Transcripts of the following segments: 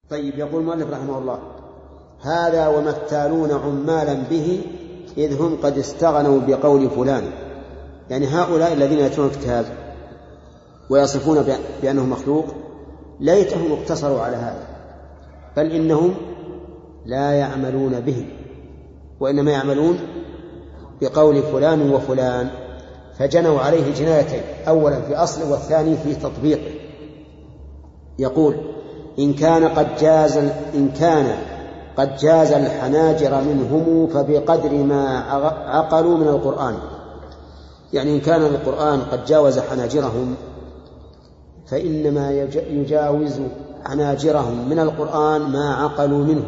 طيب، يقول المؤلف رحمه الله: هذا ومثالون عمالا به إذ هم قد استغنوا بقول فلان. يعني هؤلاء الذين يتلون الكتاب ويصفون بأنه مخلوق ليتهم اقتصروا على هذا، بل إنهم لا يعملون به، وإنما يعملون بقول فلان وفلان، فجنوا عليه جنايتين: أولا في أصله، والثاني في تطبيقه. يقول: إن كان قد جاز الحناجر منهم فبقدر ما عقلوا من القرآن. يعني إن كان القرآن قد جاوز حناجرهم فإنما يجاوز حناجرهم من القرآن ما عقلوا منه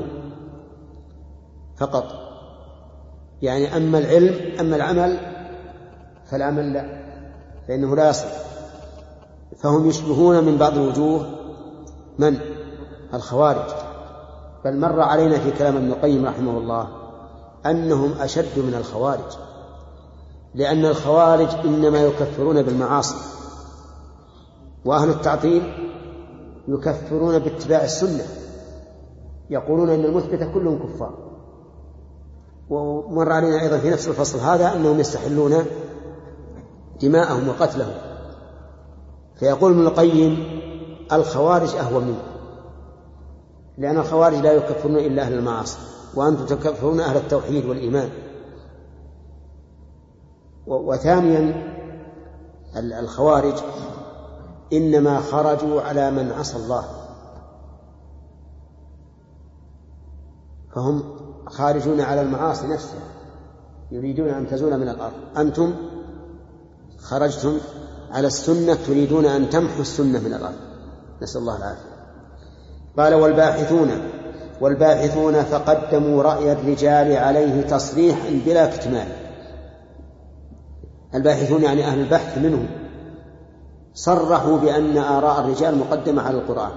فقط. يعني أما العمل فالعمل لا، فإنه لا يصل. فهم يشبهون من بعض الوجوه من؟ الخوارج. بل مر علينا في كلام ابن القيم رحمه الله أنهم أشد من الخوارج، لأن الخوارج إنما يكفرون بالمعاصي، وأهل التعطيل يكفرون باتباع السنة، يقولون إن المثبت كلهم كفار. ومر علينا أيضا في نفس الفصل هذا أنهم يستحلون دماءهم وقتلهم. فيقول ابن القيم: الخوارج أهون منه، لأن الخوارج لا يكفرون إلا أهل المعاصي، وأنتم تكفرون أهل التوحيد والإيمان. وثانيا الخوارج إنما خرجوا على من عصى الله، فهم خارجون على المعاصي نفسها، يريدون أن تزول من الأرض. أنتم خرجتم على السنة، تريدون أن تمحوا السنة من الأرض، نسأل الله العافية. قال: والباحثون فقدموا رأي الرجال عليه تصريحا بلا كتمان. الباحثون يعني أهل البحث منهم صرحوا بأن آراء الرجال مقدمة على القرآن،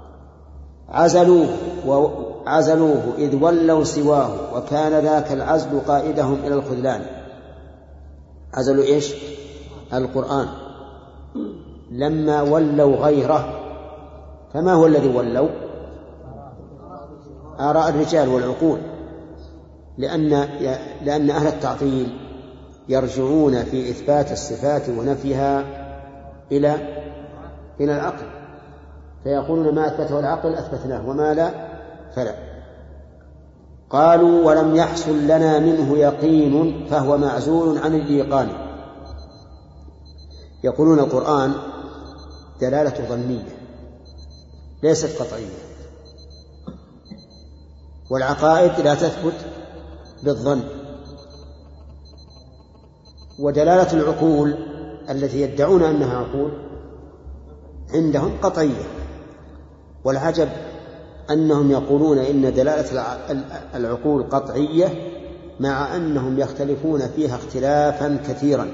عزلوه إذ ولوا سواه، وكان ذاك العزل قائدهم إلى الخذلان. عزلوا إيش؟ القرآن لما ولوا غيره. فما هو الذي ولوا؟ آراء الرجال والعقول، لأن أهل التعطيل يرجعون في إثبات الصفات ونفيها إلى العقل، فيقولون: ما أثبته العقل أثبتناه، وما لا فلا. قالوا: ولم يحصل لنا منه يقين فهو معزول عن الإيقان. يقولون القرآن دلالة ظنية ليست قطعية، والعقائد لا تثبت بالظن، ودلالة العقول التي يدعون أنها عقول عندهم قطعية. والعجب أنهم يقولون إن دلالة العقول قطعية مع أنهم يختلفون فيها اختلافا كثيرا.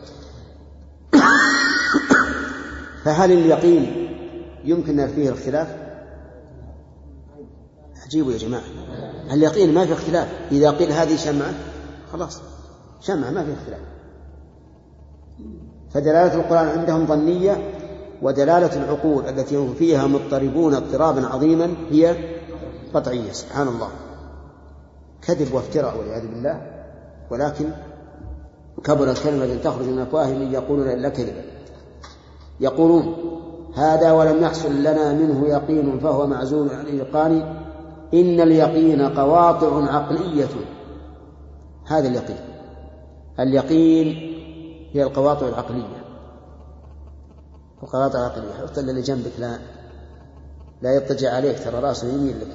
فهل اليقين يمكن فيه الاختلاف؟ عجيبوا يا جماعة، اليقين ما في اختلاف. إذا قيل هذه شمعة خلاص شمعة، ما في اختلاف. فدلالة القرآن عندهم ظنية، ودلالة العقول التي هم فيها مضطربون اضطرابا عظيما هي قطعية. سبحان الله، كذب وافتراء والعياذ بالله. ولكن كبرت كلمة تخرج من أفواههم يقولون إلا كذبا. يقولون: هذا ولم يحصل لنا منه يقين فهو معزول عن الإيقان، إن اليقين قواطع عقلية. هذا اليقين هي القواطع العقلية. القواطع العقلية حط اللي جنبك لا يضطجع عليك، ترى راسه يميل لك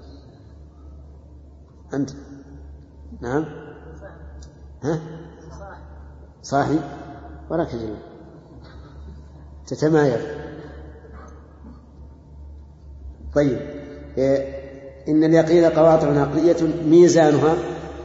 أنت. نعم، ها صاحي وراك جنب تتمايل. طيب، إن اليقين قواطع عقلية ميزانها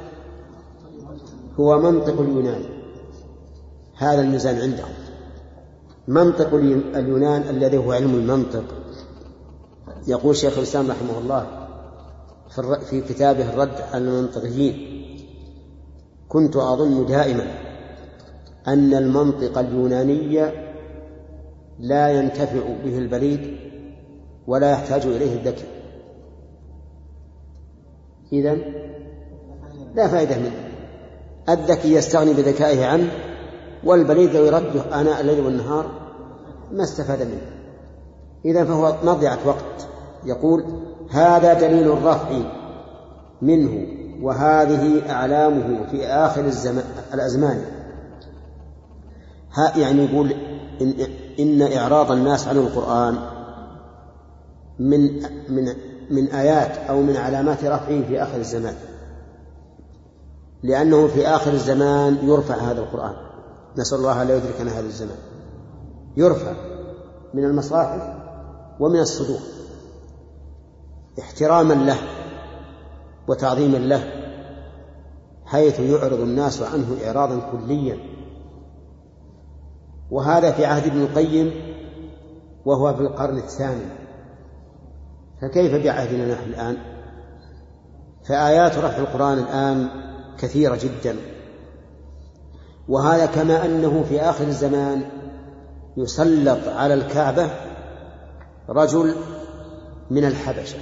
هو منطق اليونان. هذا الميزان عندهم منطق اليونان الذي هو علم المنطق. يقول شيخ الإسلام رحمه الله في كتابه الرد على المنطقيين: كنت أظن دائما أن المنطق اليوناني لا ينتفع به البليد ولا يحتاج إليه الذكي، إذن لا فائدة منه. الذكي يستغني بذكائه عنه، والبليد لو يرده آناء الليل والنهار ما استفاد منه. إذن فهو مضيعة وقت. يقول هذا دليل الرفع منه، وهذه أعلامه في آخر الأزمان. يعني يقول إن إعراض الناس عن القرآن من آيات أو من علامات رفعه في آخر الزمان، لأنه في آخر الزمان يرفع هذا القرآن. نسأل الله لا يدركنا هذا الزمان. يرفع من المصاحف ومن الصدور احتراما له وتعظيما له، حيث يعرض الناس عنه إعراضا كليا. وهذا في عهد ابن القيم وهو في القرن الثاني، فكيف بعهدنا نحن الآن؟ فآيات رفع القرآن الآن كثيرة جدا. وهذا كما أنه في آخر الزمان يسلط على الكعبة رجل من الحبشة،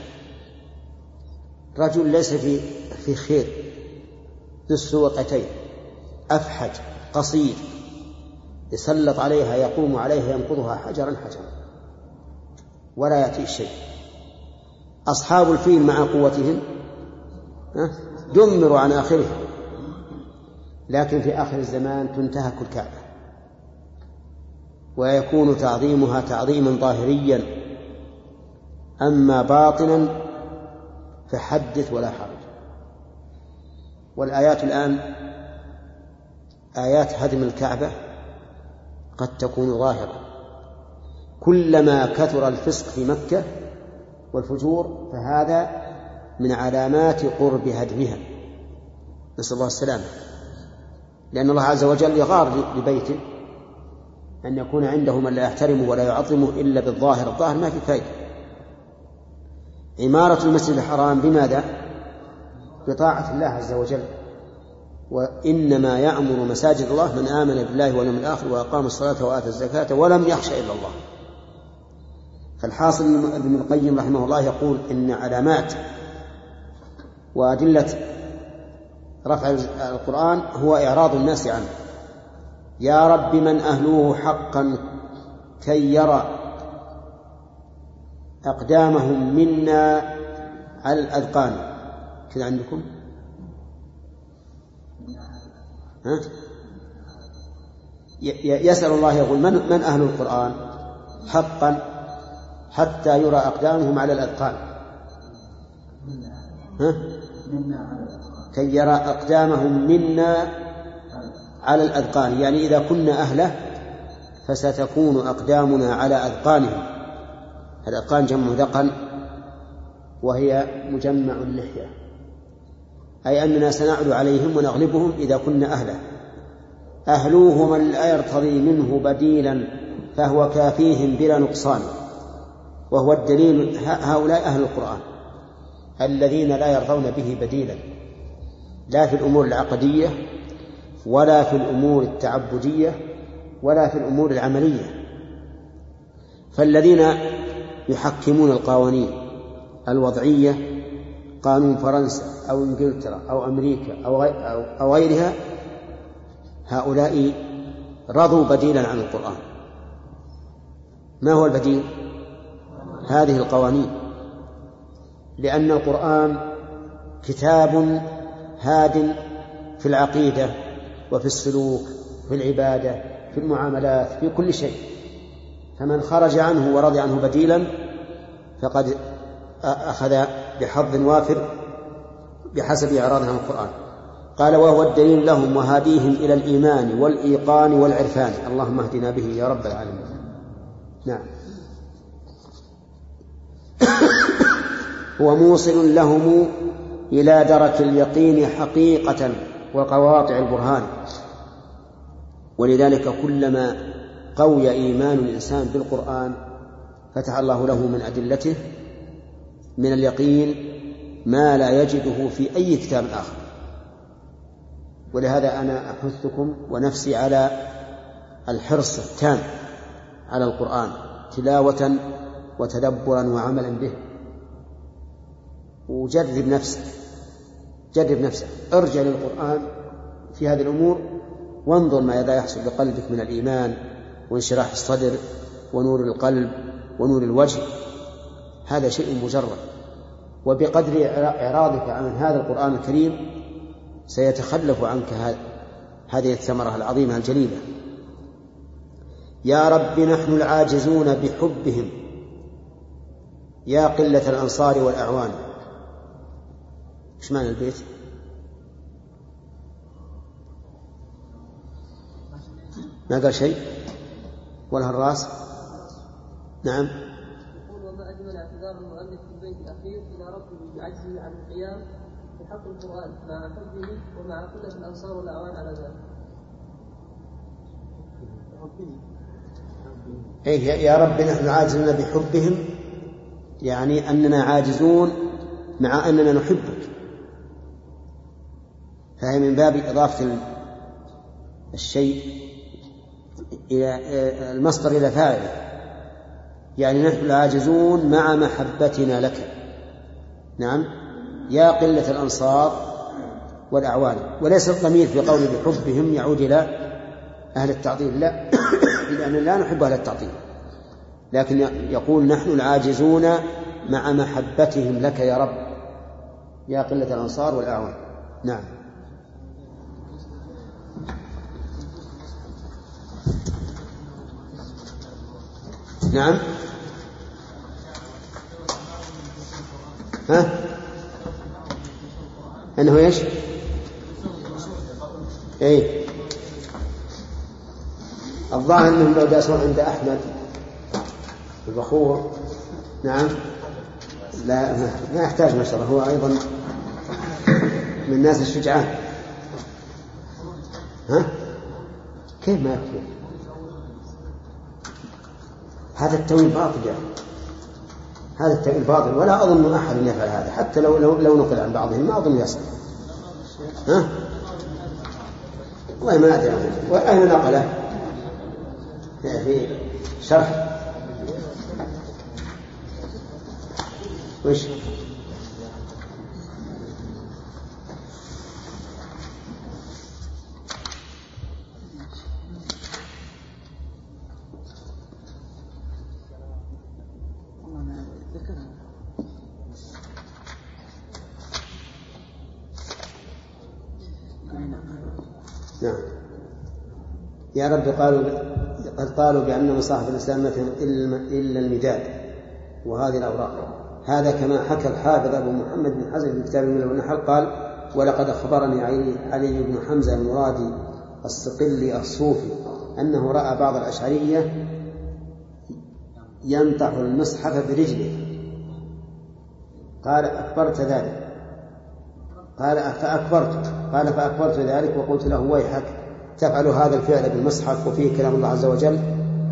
رجل ليس في خير، ذو السوقتين، أفحج قصير، يسلط عليها، يقوم عليها، ينقضها حجرا حجرا ولا يأتي شيء. أصحاب الفيل مع قوتهم دمروا عن آخرها، لكن في آخر الزمان تنتهك الكعبة ويكون تعظيمها تعظيما ظاهريا، أما باطنا فحدث ولا حرج. والآيات الآن آيات هدم الكعبة قد تكون ظاهرة. كلما كثر الفسق في مكة والفجور فهذا من علامات قرب هدمها، نسأل الله السلامة. لأن الله عز وجل يغار لبيته أن يكون عنده من لا يحترمه ولا يعظمه إلا بالظاهر. الظاهر ما في فائدة. عمارة المسجد الحرام بماذا؟ بطاعة الله عز وجل. وإنما يأمر مساجد الله من آمن بالله واليوم الآخر وأقام الصلاة وآتى الزكاة ولم يخش إلا الله. فالحاصل ابن القيم رحمه الله يقول إن علامات وأدلة رفع القرآن هو إعراض الناس عنه. يا رب من أهلوه حقا كي يرى أقدامهم منا على الأذقان. كذا عندكم؟ يسأل الله يقول من أهل القرآن حقا حتى يرى أقدامهم على الأذقان. كي يرى أقدامهم منا على الأذقان، يعني إذا كنا أهله فستكون أقدامنا على أذقانهم. الأذقان جمع ذقن وهي مجمع اللحية، أي أننا سنعلو عليهم ونغلبهم إذا كنا أهله. أهلوه من لا يرتضي منه بديلا فهو كافيهم بلا نقصان. وهو الدليل هؤلاء أهل القرآن الذين لا يرضون به بديلا، لا في الأمور العقدية ولا في الأمور التعبدية ولا في الأمور العملية. فالذين يحكمون القوانين الوضعية، قانون فرنسا أو إنجلترا أو أمريكا أو غيرها، هؤلاء رضوا بديلا عن القرآن. ما هو البديل؟ هذه القوانين، لأن القرآن كتاب هاد في العقيدة وفي السلوك في العبادة في المعاملات في كل شيء. فمن خرج عنه ورضي عنه بديلا فقد أخذ بحظ وافر بحسب إعراضه عن القرآن. قال وهو الدليل لهم وهاديهم إلى الإيمان والإيقان والعرفان. اللهم اهدنا به يا رب العالمين. نعم. هو موصل لهم إلى درك اليقين حقيقة وقواطع البرهان. ولذلك كلما قوي إيمان الإنسان بالقرآن فتح الله له من أدلته من اليقين ما لا يجده في أي كتاب آخر. ولهذا أنا أحثكم ونفسي على الحرص التام على القرآن تلاوة وتدبرا وعملا به. وجرب نفسك جرب نفسك، ارجع للقرآن في هذه الأمور وانظر ماذا يحصل بقلبك من الإيمان وانشراح الصدر ونور القلب ونور الوجه. هذا شيء مجرد، وبقدر إعراضك عن هذا القرآن الكريم سيتخلف عنك هذه الثمرة العظيمة الجليلة. يا رب نحن العاجزون بحبهم يا قلة الأنصار والأعوان. إيش معنى البيت؟ ما قال شيء ولا الراس؟ نعم. يقول وما أجمل اعتذار المؤلف في البيت الأخير إلى ربه بعجزه عن القيام بحق القرآن مع حبه ومع قلة الأنصار والأعوان على ذلك. إيه يا رب نحن عاجزون بحبهم، يعني أننا عاجزون مع أننا نحبك، فهي من باب إضافة الشيء إلى المصدر إلى فاعله، يعني نحن العاجزون مع محبتنا لك. نعم. يا قلة الأنصار والأعوان، وليس الضمير في قول بحبهم يعود إلى أهل التعطيل، لا، لأننا لا نحب أهل التعطيل، لكن يقول نحن العاجزون مع محبتهم لك يا رب يا قلة الأنصار والأعوان. نعم. نعم. ها؟ أنه إيش؟ إيه، الظاهر أنهم لو داسوا عند أحمد البخور. نعم. لا، ما يحتاج نشره، هو أيضا من الناس الشجعان. ها؟ كيف ما يكفي؟ هذا التأويل باطل يعني. هذا التأويل باطل، ولا أظن أحد يفعل هذا، حتى لو نقل عن بعضهم ما أظن يصل. ها؟ والله ما أدري وأين نقله في شرح وش؟ نعم. يا رب قد قالوا بأن مصاحف الإسلام مثل إلا المداد وهذه الأوراق. هذا كما حكى الحافظ أبو محمد بن حزم في كتاب الملل والنحل قال: ولقد أخبرني علي بن حمزة المرادي الصقلي الصوفي أنه رأى بعض الأشعرية ينطح المصحف برجله. قال: أخبرت ذلك؟ قال: فأكبرت ذلك وقلت له: ويحك تفعل هذا الفعل بالمصحف وفيه كلام الله عز وجل؟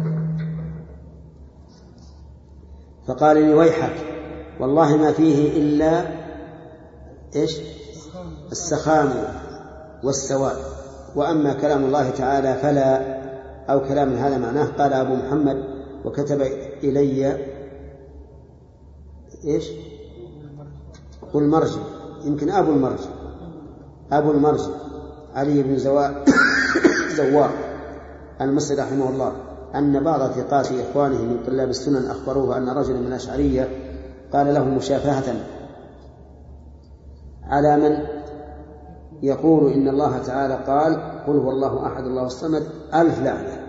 فقال لي: ويحك والله ما فيه إلا إيش؟ السخام والسواد، وأما كلام الله تعالى فلا، أو كلام هذا معناه. قال أبو محمد: وكتب إلي إيش؟ قل مرجع، يمكن أبو المرجع علي بن زوار المصري رحمه الله أن بعض ثقات إخوانه من طلاب السنن أخبروه أن رجلا من الأشعرية قال له مشافهة على من يقول إن الله تعالى قال: قل هو الله أحد الله الصمد 1000 لعنة.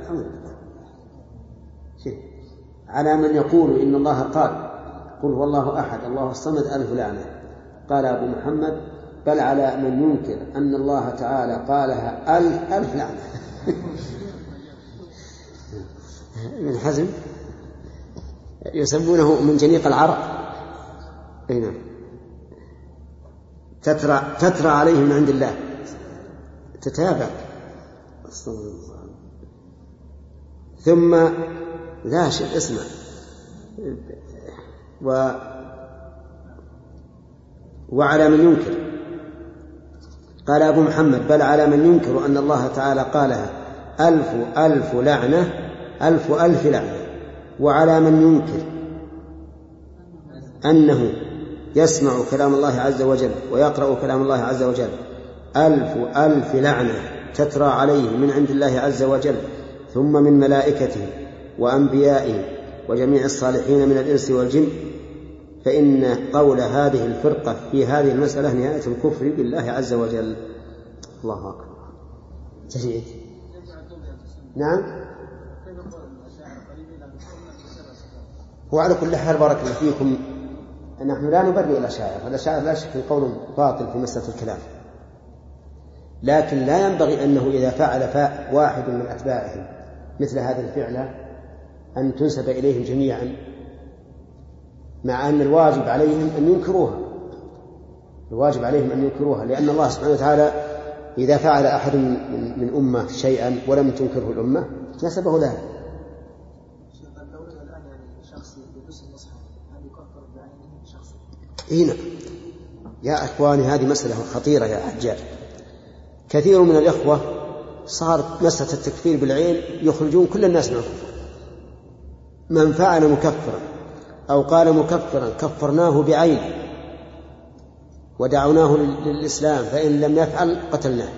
على من يقول إن الله قال: قل هو الله أحد الله الصمد 1000 لعنة. قال أبو محمد: بل على من ينكر أن الله تعالى قالها 1000 لعنة. ابن حزم يسمونه من جنيق العرق. نعم. تترى عليه من عند الله، تتابع. ثم لا شيء، اسمع. وعلى من ينكر، قال أبو محمد: بل على من ينكر أن الله تعالى قالها 1000 لعنة 1000 لعنة. وعلى من ينكر أنه يسمع كلام الله عز وجل ويقرأ كلام الله عز وجل 1000 لعنة تترى عليه من عند الله عز وجل ثم من ملائكته وأنبيائه وجميع الصالحين من الإنس والجن، فإن قول هذه الفرقة في هذه المسألة نهاية الكفر بالله عز وجل. الله أكبر. جيد. نعم. وعلى كل حال بارك الله فيكم، نحن لا نبرئ الأشاعرة لا شك قول باطل في مسألة الكلام، لكن لا ينبغي أنه إذا فعل واحد من أتباعهم مثل هذه الفعلة أن تنسب إليهم جميعا، مع أن الواجب عليهم أن ينكروها، لأن الله سبحانه وتعالى إذا فعل أحد من أمة شيئا ولم تنكره الأمة نسبه لها. هنا يا أخواني هذه مسألة خطيرة يا حجاج. كثير من الإخوة صارت مسألة التكفير بالعين يخرجون كل الناس من الكفر. من فعل مكفرا أو قال مكفرا كفرناه بعين ودعوناه للإسلام، فإن لم يفعل قتلناه.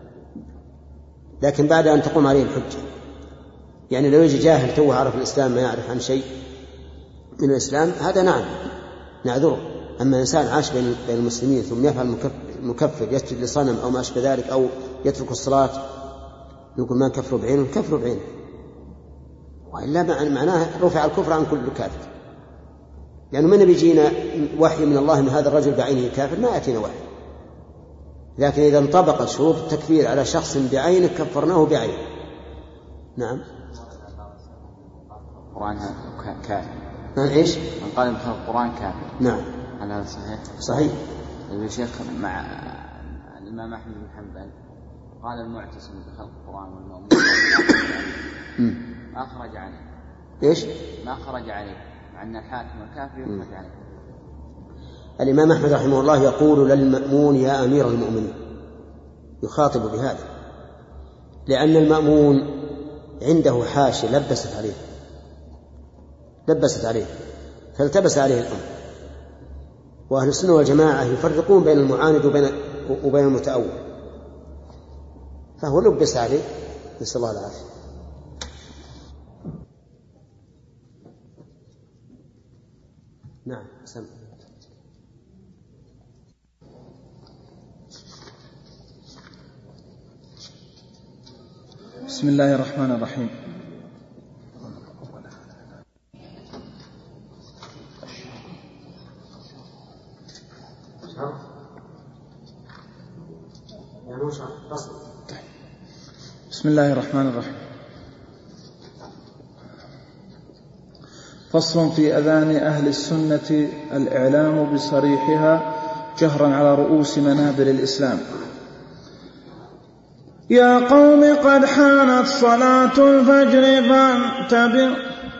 لكن بعد أن تقوم عليه الحجة، يعني لو يجي جاهل توه عرف الإسلام ما يعرف عن شيء من الإسلام هذا نعم نعذره. أما إنسان عاش بين المسلمين ثم يفعل مكفر يسجد لصنم أو ما أشبه ذلك أو يترك الصلاة يقول ما نكفره بعينه، نكفره بعينه، وإلا معناه رفع الكفر عن كل كافر. لأنه من بيجينا وحي من الله من هذا الرجل بعينه كافر ما يأتينا وحي. لكن إذا انطبقت شروط التكفير على شخص بعينه كفرناه بعينه. نعم. القرآن كافر. إيش؟ من قال بخلق القرآن كافر. نعم. هل هذا صحيح؟ صحيح. يا شيخ مع الإمام أحمد بن حنبل قال المعتصم بخلق القرآن والمؤمن ما خرج عليه. إيش؟ ما خرج عليه، مع أن الحاكم الكافر يخرج عليه. الإمام أحمد رحمه الله يقول للمأمون يا أمير المؤمنين، يخاطب بهذا، لأن المأمون عنده حاشية لبست عليه فالتبس عليه الأمر. وأهل السنة والجماعة يفرقون بين المعاند وبين المتأول، فهو لبس عليه، نسأل الله العافية. نعم. سمع. بسم الله الرحمن الرحيم. بسم الله الرحمن الرحيم. فصل في أذان أهل السنة الإعلام بصريحها جهرا على رؤوس منابر الإسلام. يا قوم قد حانت صلاة الفجر فانتبهوا،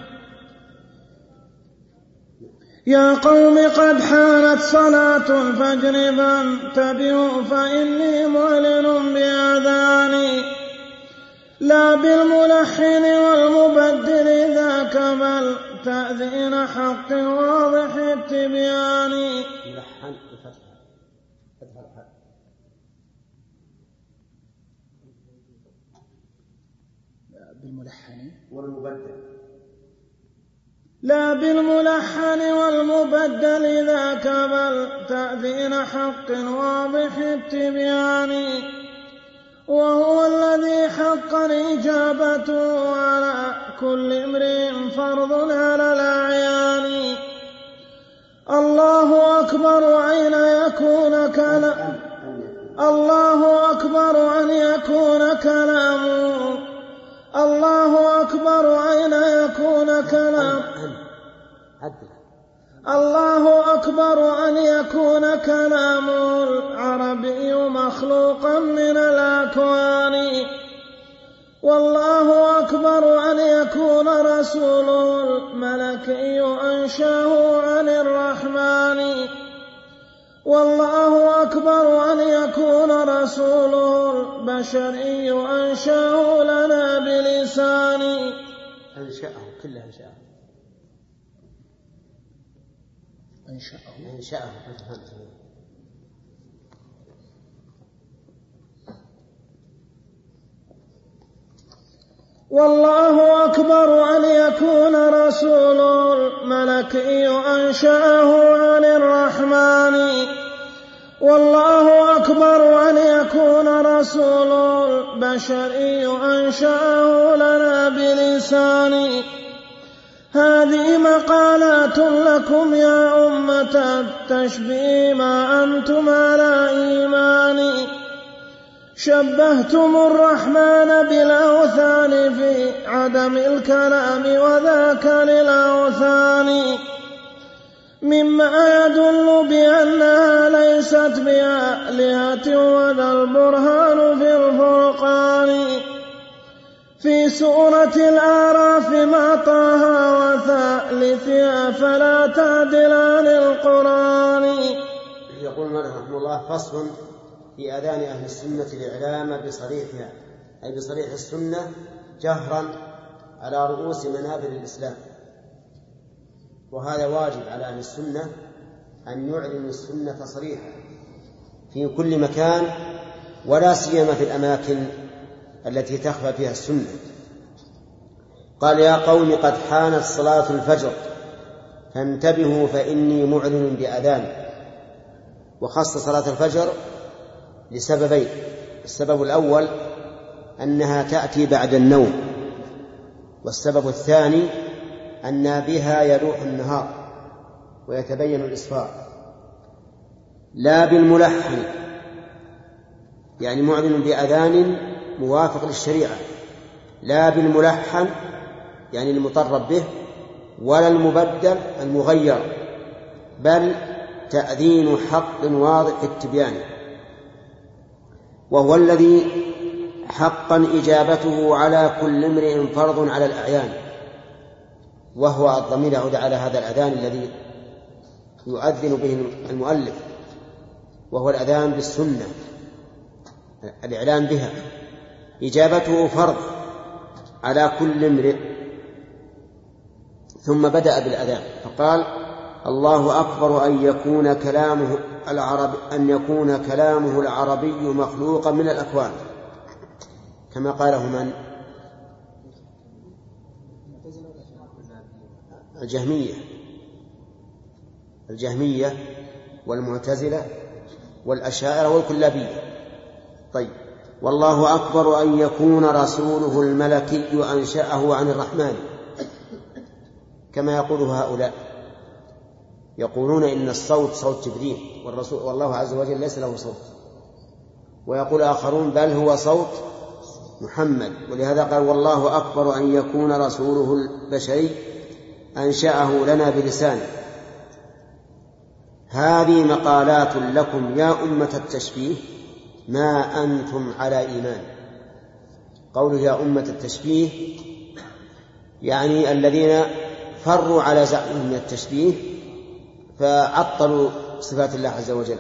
يا قوم قد حانت صلاة الفجر فانتبهوا، فإني معلن بأذاني لا بالملحن والمبدل ذاك، بل تأذين حق واضح التبيان. لا بالملحن والمبدل ذاك، بل تأذين حق واضح التبيان. وهو الذي حق الإجابة على كل امرئ فرض على الأعيان. الله أكبر أين يكون كلام، الله أكبر أن يكون كلامه، الله أكبر أين يكون كلام، الله أكبر أن يكون كلامه العربي مخلوقا من الأكوان. والله أكبر أن يكون رسوله الملكي أنشاه عن الرحمن. والله أكبر أن يكون رسوله البشري أنشاه لنا بلسان. أنشأه كله أنشأه. أنشأه. والله أكبر أن يكون رسول الملكي أنشأه عن الرحمن. والله أكبر أن يكون رسول البشري أنشأه لنا بلسان. هذه مقالات لكم يا أمة التشبيه ما أنتم على إيمان. شبهتم الرحمن بالأوثان في عدم الكلام وذاك للأوثان، مما يدل بأنها ليست بآلهة وذا البرهان في الفرقان. في سورة الأعراف مع طه وثالثها فلا تعدلان القرآن. يقول مالك رحمه الله: فصل في آذان أهل السنة الإعلام بصريحها، أي بصريح السنة جهرا على رؤوس منابر الإسلام. وهذا واجب على أهل السنة أن يعلنوا السنة صريحة في كل مكان، ولا سيما في الأماكن التي تخفى فيها السنة. قال: يا قوم قد حانت صلاة الفجر فانتبهوا فإني معلن بأذان. وخص صلاة الفجر لسببين: السبب الأول أنها تأتي بعد النوم، والسبب الثاني أن بها يلوح النهار ويتبين الإسفار. لا بالملحن، يعني معلن بأذان موافق للشريعة، لا بالملحن يعني المطرب به، ولا المبدل المغير، بل تأذين حق واضح في التبيان، وهو الذي حقا إجابته على كل امرئ فرض على الأعيان. وهو الضمير يعود على هذا الأذان الذي يؤذن به المؤلف، وهو الأذان بالسنة، الإعلان بها. إجابته فرض على كل امرئ. ثم بدأ بالأذان فقال: الله أكبر أن يكون كلامه العربي مخلوقا من الأكوان، كما قاله من؟ الجهمية والمعتزلة والأشاعرة والكلابية. طيب: والله أكبر أن يكون رسوله الملكي أنشأه عن الرحمن، كما يقول هؤلاء، يقولون إن الصوت صوت جبريل والله عز وجل ليس له صوت. ويقول آخرون بل هو صوت محمد. ولهذا قال: والله أكبر أن يكون رسوله البشري أنشأه لنا بلسانه. هذه مقالات لكم يا أمة التشبيه ما أنتم على إيمان. قوله يا أمة التشبيه يعني الذين فروا على زعمهم من التشبيه فعطلوا صفات الله عز وجل.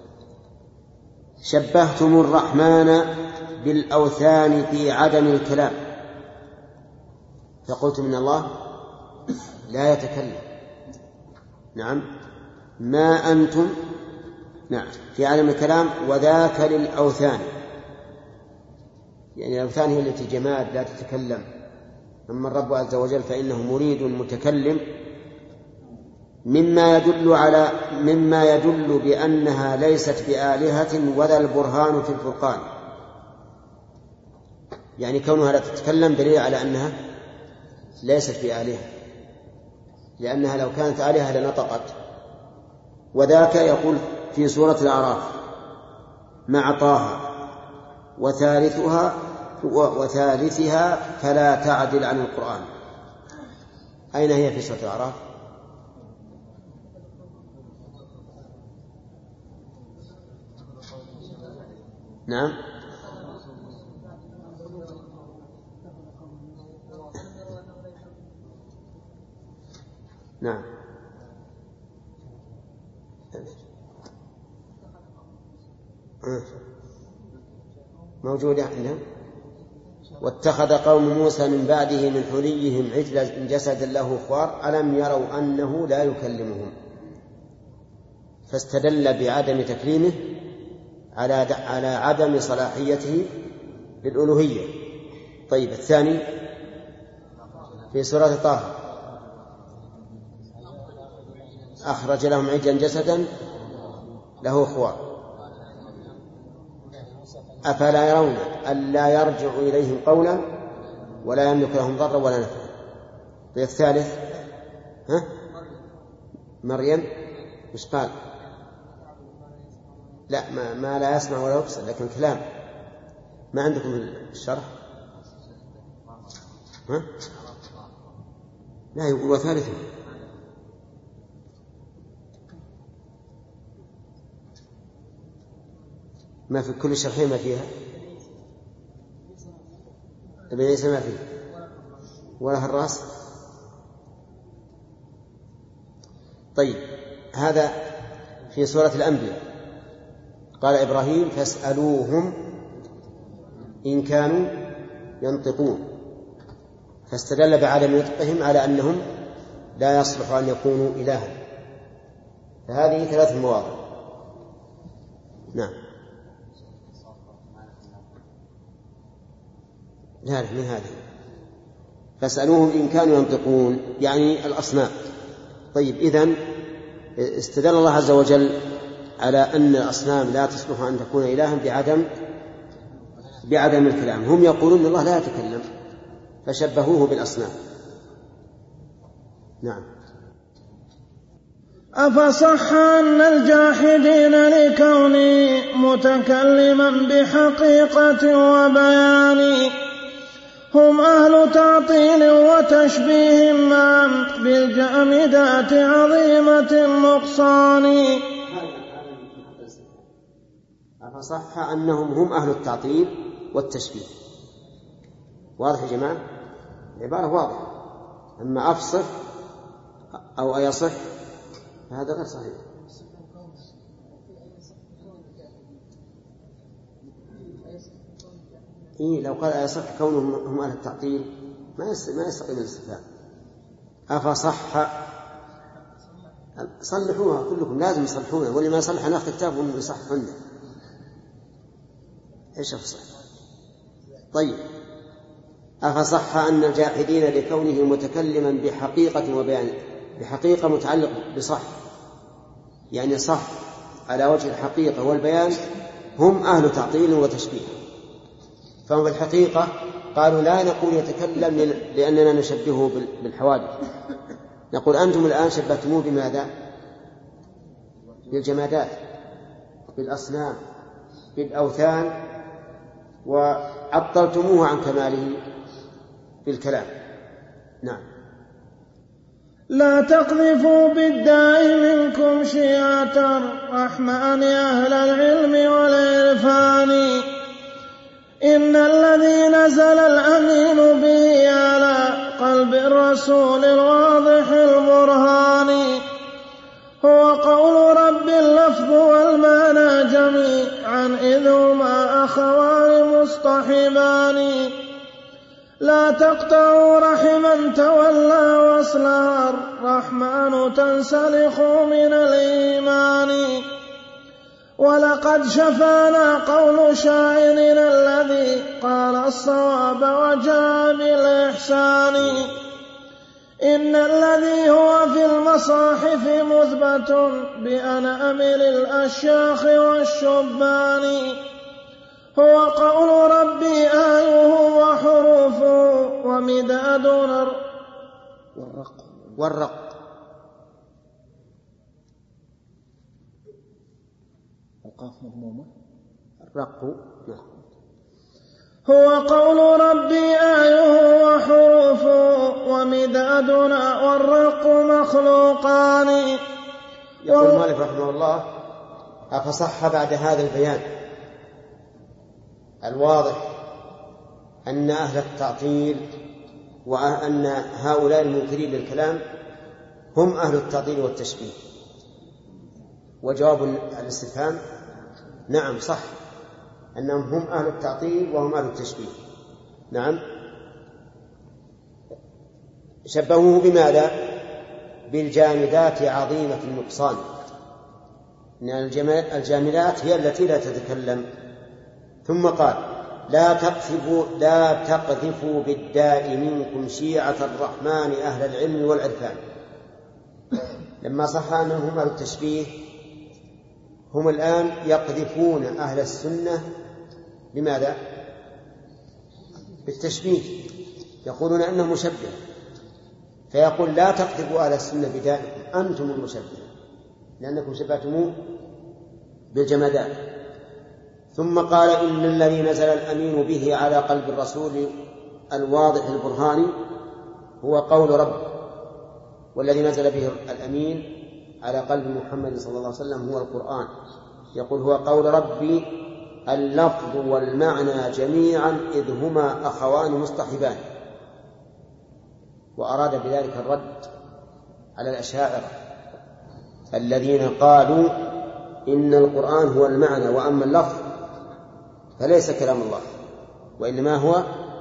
شبهتم الرحمن بالأوثان في عدم الكلام، فقلتم إن الله لا يتكلم. نعم، ما أنتم نعم في عدم الكلام، وذاك للأوثان، يعني الأوثان هي التي جماد لا تتكلم. أما الرب عز وجل فإنه مريد متكلم، مما يدل بأنها ليست بآلهة وذا البرهان في الفرقان. يعني كونها لا تتكلم دليل على أنها ليست بآلهة، لأنها لو كانت آلهة لنطقت. وذاك يقول في سورة الأعراف مع طه وثالثها فلا تعدل عن القرآن. أين هي في سورة الأعراف؟ نعم، نعم، موجودة عندنا. واتخذ قوم موسى من بعده من حليهم عجلا جسدا له خوار ألم يروا أنه لا يكلمهم. فاستدل بعدم تكليمه على عدم صلاحيته للألوهية. طيب الثاني في سورة طه أخرج لهم عجلا جسدا له خوار أفلا يرون ألا يرجع إليهم قولا ولا يملك لهم ضرا ولا نفعا. طيب الثالث مريم مش قال لا ما لا يسمع ولا يبصر لكن كلام. ما عندكم الشرح؟ لا يقول وثالثه ما في كل شرحين ما فيها ليس ما فيه ولا الرأس. طيب هذا في سورة الأنبياء قال إبراهيم فاسألوهم إن كانوا ينطقون، فاستدل بعدم نطقهم على أنهم لا يصلح أن يكونوا إلها. فهذه 3 مواضع. نعم لا من هذه فاسألوهم إن كانوا ينطقون يعني الأصنام. طيب إذن استدل الله عز وجل على أن الأصنام لا تصلح أن تكون إلها بعدم الكلام. هم يقولون أن الله لا يتكلم فشبهوه بالأصنام. نعم. أفصح أن الجاحدين لكوني متكلما بحقيقة وبيان هم أهل تعطيل وتشبيه معا بالجامدات عظيمة النقصان. فصح أنهم هم أهل التعطيل والتشبيه. واضح يا جماعة؟ العبارة واضحة. أما أفصح أو أيصح فهذا غير صحيح. لو قال أيصح كونهم هم أهل التعطيل ما يستقيم الاستفهام. أفصح صلحوها كلكم لازم يصلحونها، واللي ما يصلح ناخذ كتابهم يصححونه. إيش أفصح؟ طيب أفصح أن الجاحدين لكونه متكلما بحقيقة وبيان. بحقيقة متعلق بصح يعني صح على وجه الحقيقة والبيان هم أهل تعطيل وتشبيه. فهم بالحقيقة قالوا لا نقول يتكلم لأننا نشبهه بالحوادث، نقول أنتم الآن شبهتموه بماذا؟ بالجمادات بالأصنام بالأوثان وعطلتموه عن كماله بالكلام. نعم. لا تقذفوا بالداء منكم شيعة الرحمن أهل العلم والعرفان إن الذي نزل الأمين به على قلب الرسول الواضح البرهان هو قول رب اللفظ والمعنى جميعا إذ هما أخوان مصطحبان لا تقطعوا رحما تولى وصلها الرحمن تنسلخ من الإيمان ولقد شفانا قول شاعرنا الذي قال الصواب وجاء بالإحسان إن الذي هو في المصاحف مثبت بأنامل الأشياخ والشبان هو قول ربي آيه وحروفه ومداد والرق القاف مضمومة الرق هو قول ربي آيه وحروفه ومدادنا والرق مخلوقان. يقول مالك رحمه الله أفصح بعد هذا البيان الواضح أن أهل التعطيل وأن هؤلاء المنكرين للكلام هم أهل التعطيل والتشبيه. وجواب الاستفهام نعم صح أنهم هم أهل التعطيل وهم أهل التشبيه. نعم. شبهوه بماذا؟ بالجامدات عظيمة النقصان. إن الجاملات هي التي لا تتكلم. ثم قال لا تقذفوا بالداء منكم شيعة الرحمن أهل العلم والعرفان. لما صح أنهم أهل التشبيه هم الآن يقذفون أهل السنة لماذا؟ بالتشبيه، يقولون أنهم مشبه، فيقول لا تقذفوا أهل السنة بدائكم أنتم المشبه لأنكم شبهتموه بالجمادات. ثم قال إن الذي نزل الأمين به على قلب الرسول الواضح البرهاني هو قول رب، والذي نزل به الأمين على قلب محمد صلى الله عليه وسلم هو القرآن. يقول هو قول ربي اللفظ والمعنى جميعا إذ هما أخوان مصطحبان. وأراد بذلك الرد على الأشاعرة الذين قالوا إن القرآن هو المعنى وأما اللفظ فليس كلام الله وإنما هو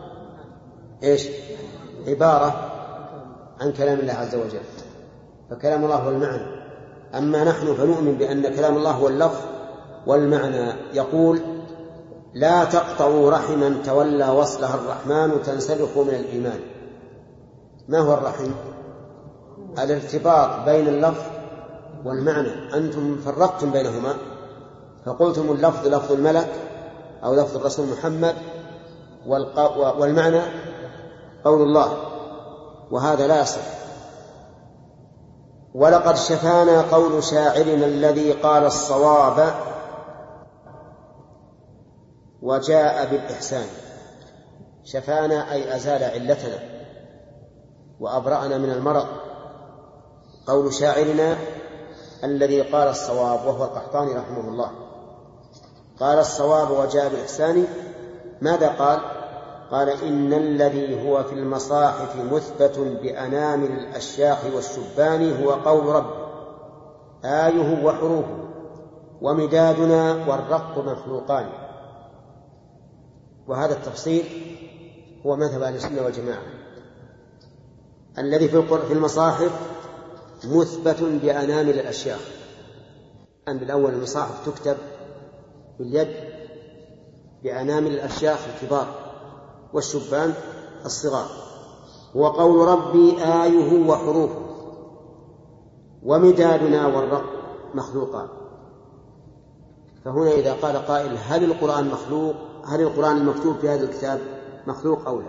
عبارة عن كلام الله عز وجل، فكلام الله هو المعنى، أما نحن فنؤمن بأن كلام الله هو اللفظ والمعنى. يقول لا تقطعوا رحما تولى وصلها الرحمن تنسلخوا من الإيمان. ما هو الرحم؟ الارتباط بين اللفظ والمعنى، أنتم فرقتم بينهما فقلتم اللفظ لفظ الملك أو لفظ الرسول محمد والمعنى قول الله، وهذا لا يصح. ولقد شفانا قول شاعرنا الذي قال الصواب وجاء بالإحسان. شفانا أي أزال علتنا وأبرأنا من المرض. قول شاعرنا الذي قال الصواب وهو القحطاني رحمه الله قال الصواب وجاء بالإحسان. ماذا قال؟ قال إن الذي هو في المصاحف مثبت بأنامل الأشياخ والشبان هو قول رب آيه وحروفه ومدادنا والرق مخلوقان. وهذا التفصيل هو مذهب أهل السنة والجماعة. الذي في المصاحف مثبت بأنامل الأشياخ، أن بالأول المصاحف تكتب باليد بأنامل الأشياخ الكبار والشبان الصغار. هو قول ربي آيه وحروفه ومدادنا والرق مخلوقان. فهنا إذا قال قائل هل القرآن مخلوق؟ هل القرآن المكتوب في هذا الكتاب مخلوق أو لا؟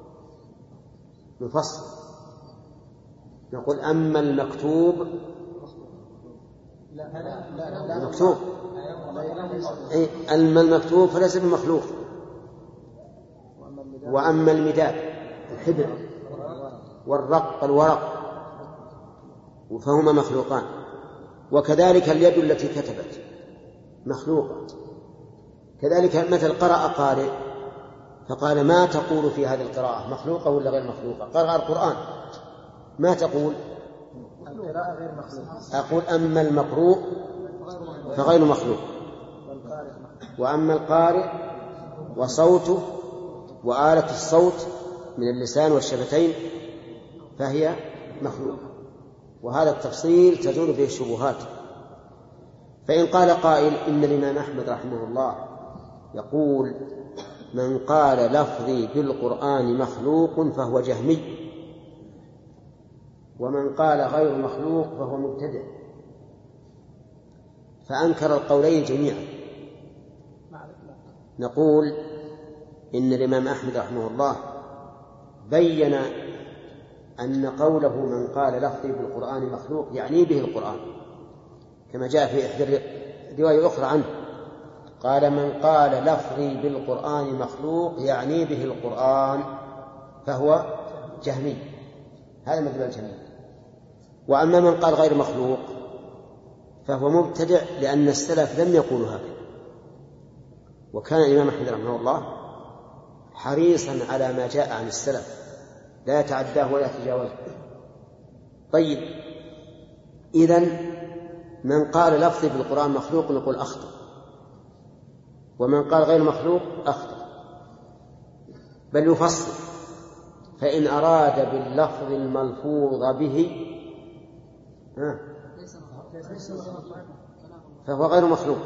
نفصل نقول أما المكتوب المكتوب أما المكتوب فليس بمخلوق، وأما المداد الحبر والرق الورق فهما مخلوقان. وكذلك اليد التي كتبت مخلوقة. كذلك مثل قرأ قارئ فقال ما تقول في هذه القراءة مخلوقة ولا غير مخلوقة؟ قرأ القرآن ما تقول؟ القراءة غير مخلوقة. أقول أما المقروء فغير مخلوق، وأما القارئ وصوته وآلة الصوت من اللسان والشفتين فهي مخلوقة. وهذا التفصيل تزول به الشبهات. فإن قال قائل إن الإمام أحمد رحمه الله يقول من قال لفظي بالقرآن مخلوق فهو جهمي، ومن قال غير مخلوق فهو مبتدع، فأنكر القولين جميعا. نقول إن الإمام أحمد رحمه الله بين أن قوله من قال لفظي بالقرآن مخلوق يعني به القرآن، كما جاء في إحدى رواية أخرى عنه قال من قال لفظي بالقرآن مخلوق يعني به القرآن فهو جهمي. هذا مذهب الجهمية. وأما من قال غير مخلوق فهو مبتدع، لأن السلف لم يقولوا هكذا. وكان الإمام أحمد رحمه الله حريصا على ما جاء عن السلف لا يتعداه ولا يتجاوزه. طيب إذن من قال لفظي بالقرآن مخلوق نقول أخطأ، ومن قال غير مخلوق أخطأ، بل يفصل. فإن أراد باللفظ الملفوظ به فهو غير مخلوق،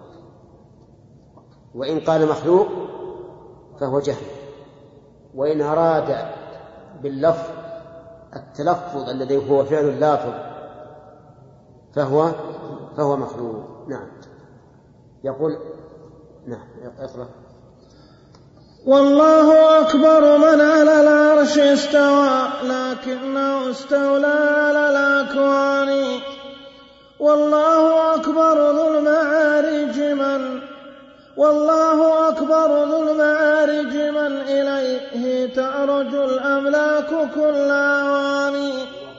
وإن قال مخلوق فهو جهل. وإن أراد باللفظ التلفظ الذي هو فعل اللافظ فهو مخلوق. نعم. يقول نعم اقرأ. والله أكبر من على العرش استوى لكنه استولى على الأكوان. والله أكبر ذو المعارج من إليه تعرج الأملاك كل أوان.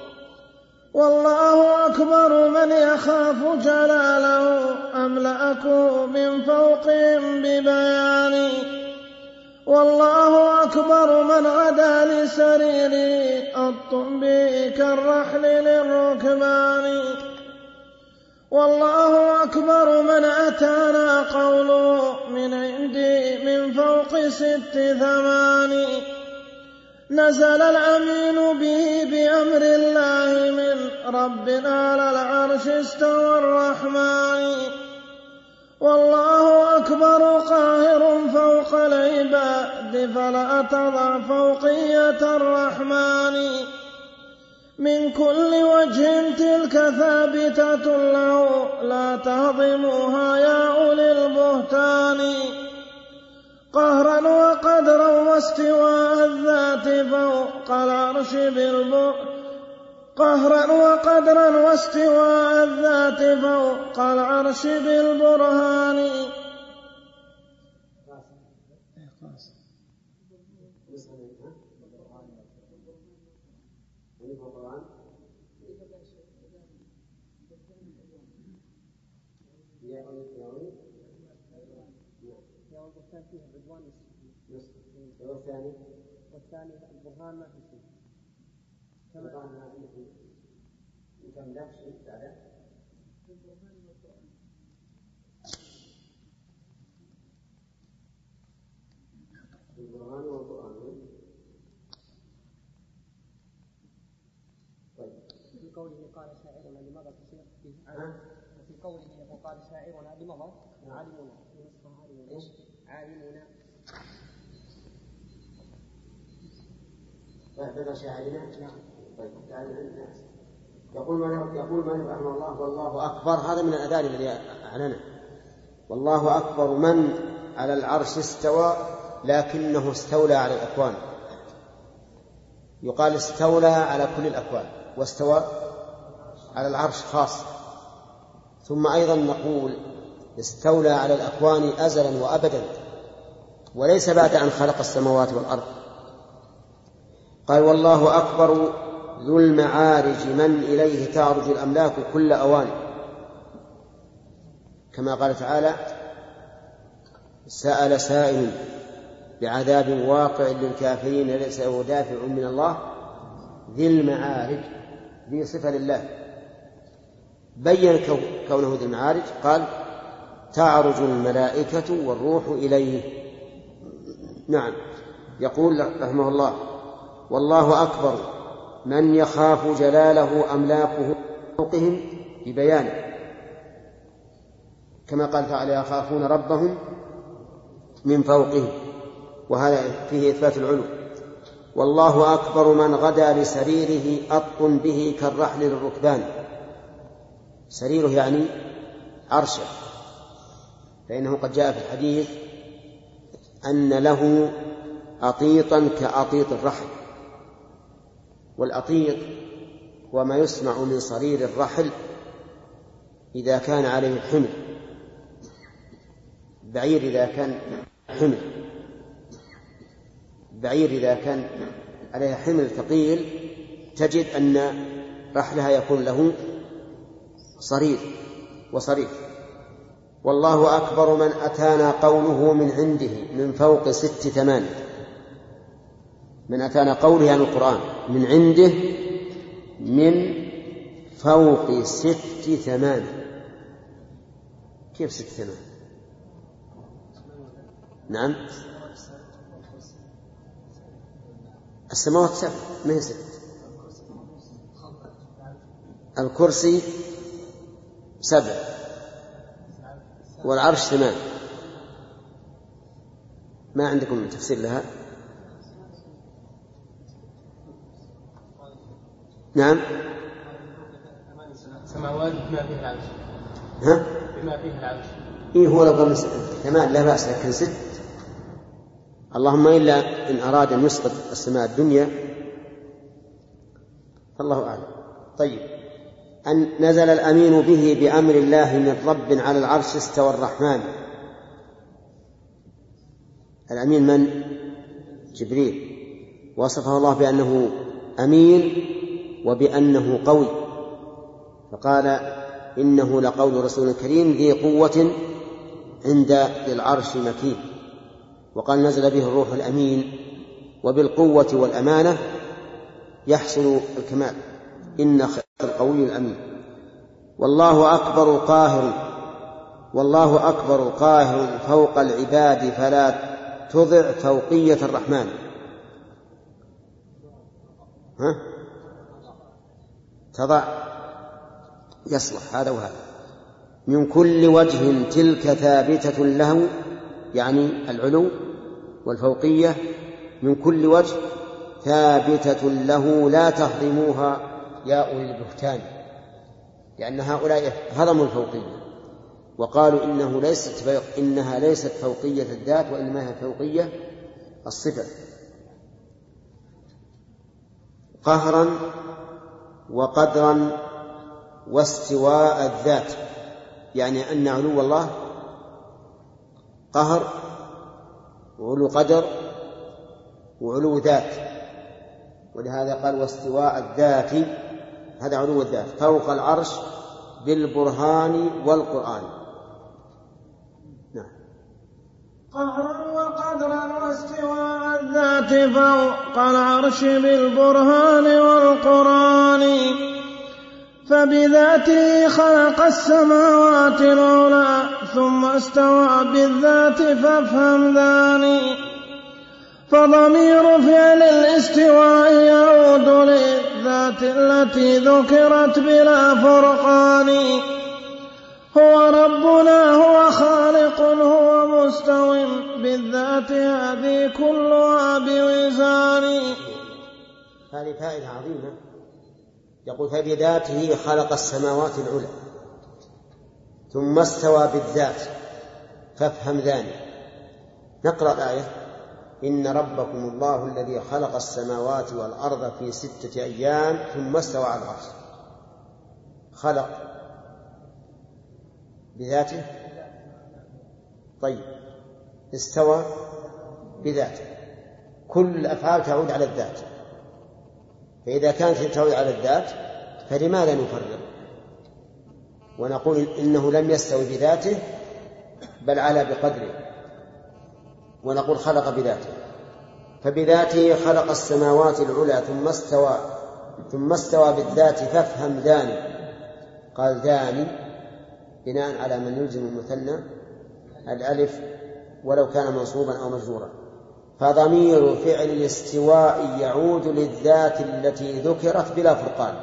والله أكبر من يخاف جلاله أملأكه من فوقهم ببيان. والله أكبر من غدا لسريره الطنب كالرحل للركبان. والله أكبر من أتانا قوله من عندي من فوق 6 ثمان. نزل الأمين به بأمر الله من ربنا على العرش استوى الرحمن. والله أكبر قاهر فوق العباد فلا تضع فوقية الرحمن. من كل وجه تلك ثابتة له لا تهضموها يا أولي البهتان. قهرا وقدرا واستواء الذات فوق العرش بالبرهان. والثاني البرهان ما في شيء. البرهان كم نفس بعده البرهان والقرآن. طيب في قوله قال شاعرنا لماذا تصير في قوله قال شاعرنا لماذا عالمنا عالمنا بدل شاعرنا. طيب يقول من رحمه الله والله أكبر. هذا من الأذان الذي أعلنه. والله أكبر من على العرش استوى لكنه استولى على الأكوان. يقال استولى على كل الأكوان واستوى على العرش خاص. ثم أيضا نقول استولى على الأكوان أزلا وأبدا وليس بعد أن خلق السماوات والأرض. قال والله أكبر ذو المعارج من إليه تعرج الأملاك كل أوان. كما قال تعالى سأل سائل بعذاب واقع للكافرين ليس له دافع من الله ذي المعارج. ذي صفة لله بين كونه ذي المعارج. قال تعرج الملائكة والروح إليه. نعم. يقول رحمه الله والله أكبر من يخاف جلاله أملاكه فوقهم ببيانه. كما قال تعالى يخافون ربهم من فوقهم وهذا فيه إثبات العلو. والله أكبر من غدا لسريره أطن به كالرحل للركبان. سريره يعني عرشه، فإنه قد جاء في الحديث أن له أطيطا كأطيط الرحل. والأطيط هو ما يسمع من صرير الرحل إذا كان عليه حمل. بعير إذا كان حمل، بعير إذا كان عليه حمل ثقيل تجد أن رحلها يكون له صرير وصرير. والله أكبر من أتانا قوله من عنده من فوق 6 ثمان. من أتانا قوله عن القرآن من عنده من فوق 6 ثمان. كيف 6 ثمان؟ نعم السماوات 7 ما هي 6. الكرسي 7 والعرش 8. ما عندكم تفسير لها؟ نعم. سماوات بما فيه العرش. ها؟ بما فيه العرش. إيه هو لو قال 8 لا بأس، لكن 6 اللهم إلا إن أراد أن يسقط السماء الدنيا فالله أعلم. طيب، أن نزل الأمين به بأمر الله من رب على العرش استوى الرحمن. الأمين من؟ جبريل، وصفه الله بأنه أمين وبأنه قوي، فقال إنه لقول رسول كريم ذي قوة عند ذي العرش مكين. وقال نزل به الروح الأمين، وبالقوة والأمانة يحصل الكمال. إن خير القوي الأمين. والله أكبر قاهر فوق العباد فلا تضع فوقية الرحمن. تضع يصلح هذا وهذا. من كل وجه تلك ثابتة له، يعني العلو والفوقية من كل وجه ثابتة له لا تهضموها يا أولي البهتان، لأن هؤلاء هضموا الفوقية وقالوا إنها ليست فوقية الذات وإنما هي فوقية الصفة. قهرا وقدرا واستواء الذات، يعني أن علو الله قهر وعلو قدر وعلو ذات، ولهذا قال واستواء الذات، هذا علو الذات فوق العرش بالبرهان والقرآن. نعم. قهرا وقدرا واستواء الذات فوق العرش بالبرهان والقرآن، فبذاته خلق السماوات العلى ثم استوى بالذات فافهم ذاني. فضمير فعل الاستواء يعود للذات التي ذكرت بلا فرقان. هو ربنا هو خالق هو مستو بالذات هذه كلها بوزان. هذه فائدة عظيمة. يقول فبذاته خلق السماوات العلى ثم استوى بالذات فافهم ذلك. نقرأ الآية: إن ربكم الله الذي خلق السماوات والأرض في 6 أيام ثم استوى على العرش. خلق بذاته، طيب استوى بذاته، كل الأفعال تعود على الذات، فإذا كانت تعود على الذات فلماذا نفرق ونقول إنه لم يستوي بذاته بل على بقدره، ونقول خلق بذاته؟ فبذاته خلق السماوات العلى ثم استوى بالذات فافهم ذاني. قال ذاني بناء على من يلزم المثنى الألف ولو كان منصوبا أو مجرورا. فضمير فعل الاستواء يعود للذات التي ذكرت بلا فرقان.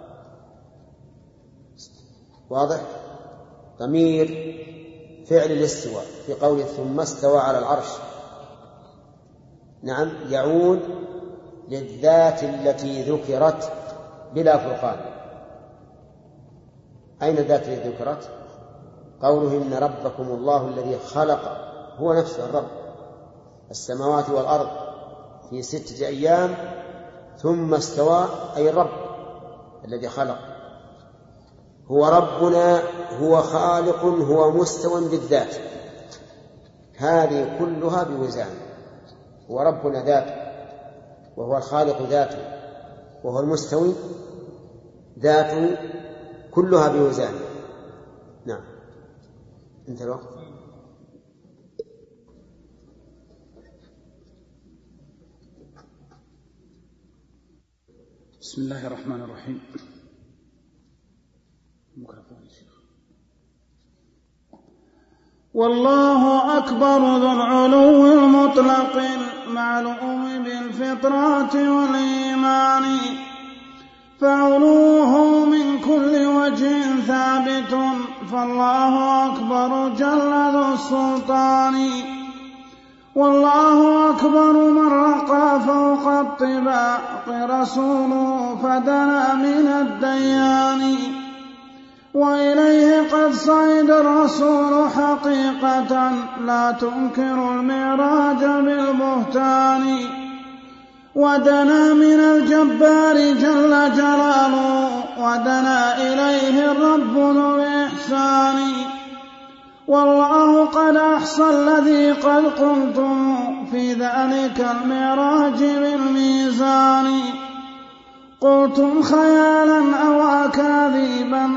واضح؟ ضمير فعل الاستواء في قوله ثم استوى على العرش، نعم، يعود للذات التي ذكرت بلا فرقان. أين الذات التي ذكرت؟ قوله إن ربكم الله الذي خلق، هو نفسه الرب، السماوات والأرض في 6 أيام ثم استوى، أي الرب الذي خلق. هو ربنا هو خالق هو مستو بالذات، هذه كلها بوزان. هو ربنا ذاته، وهو الخالق ذاته، وهو المستوي ذاته، كلها بوزان. نعم. انت الوقت. بسم الله الرحمن الرحيم. والله أكبر ذو العلو المطلق معلوم بالفطرات والإيمان، فعلوه من كل وجه ثابت فالله أكبر جل ذو السلطان. والله أكبر من رقى فوق الطباق رسوله فدنا من الديان. وإليه قد صعد الرسول حقيقة لا تنكر المعراج بالبهتان. ودنا من الجبار جل جلاله ودنا إليه الرب ذو الإحسان. والله قد أحصى الذي قد قلتم في ذلك المعراج بالميزان. قلتم خيالا أو أكاذيبا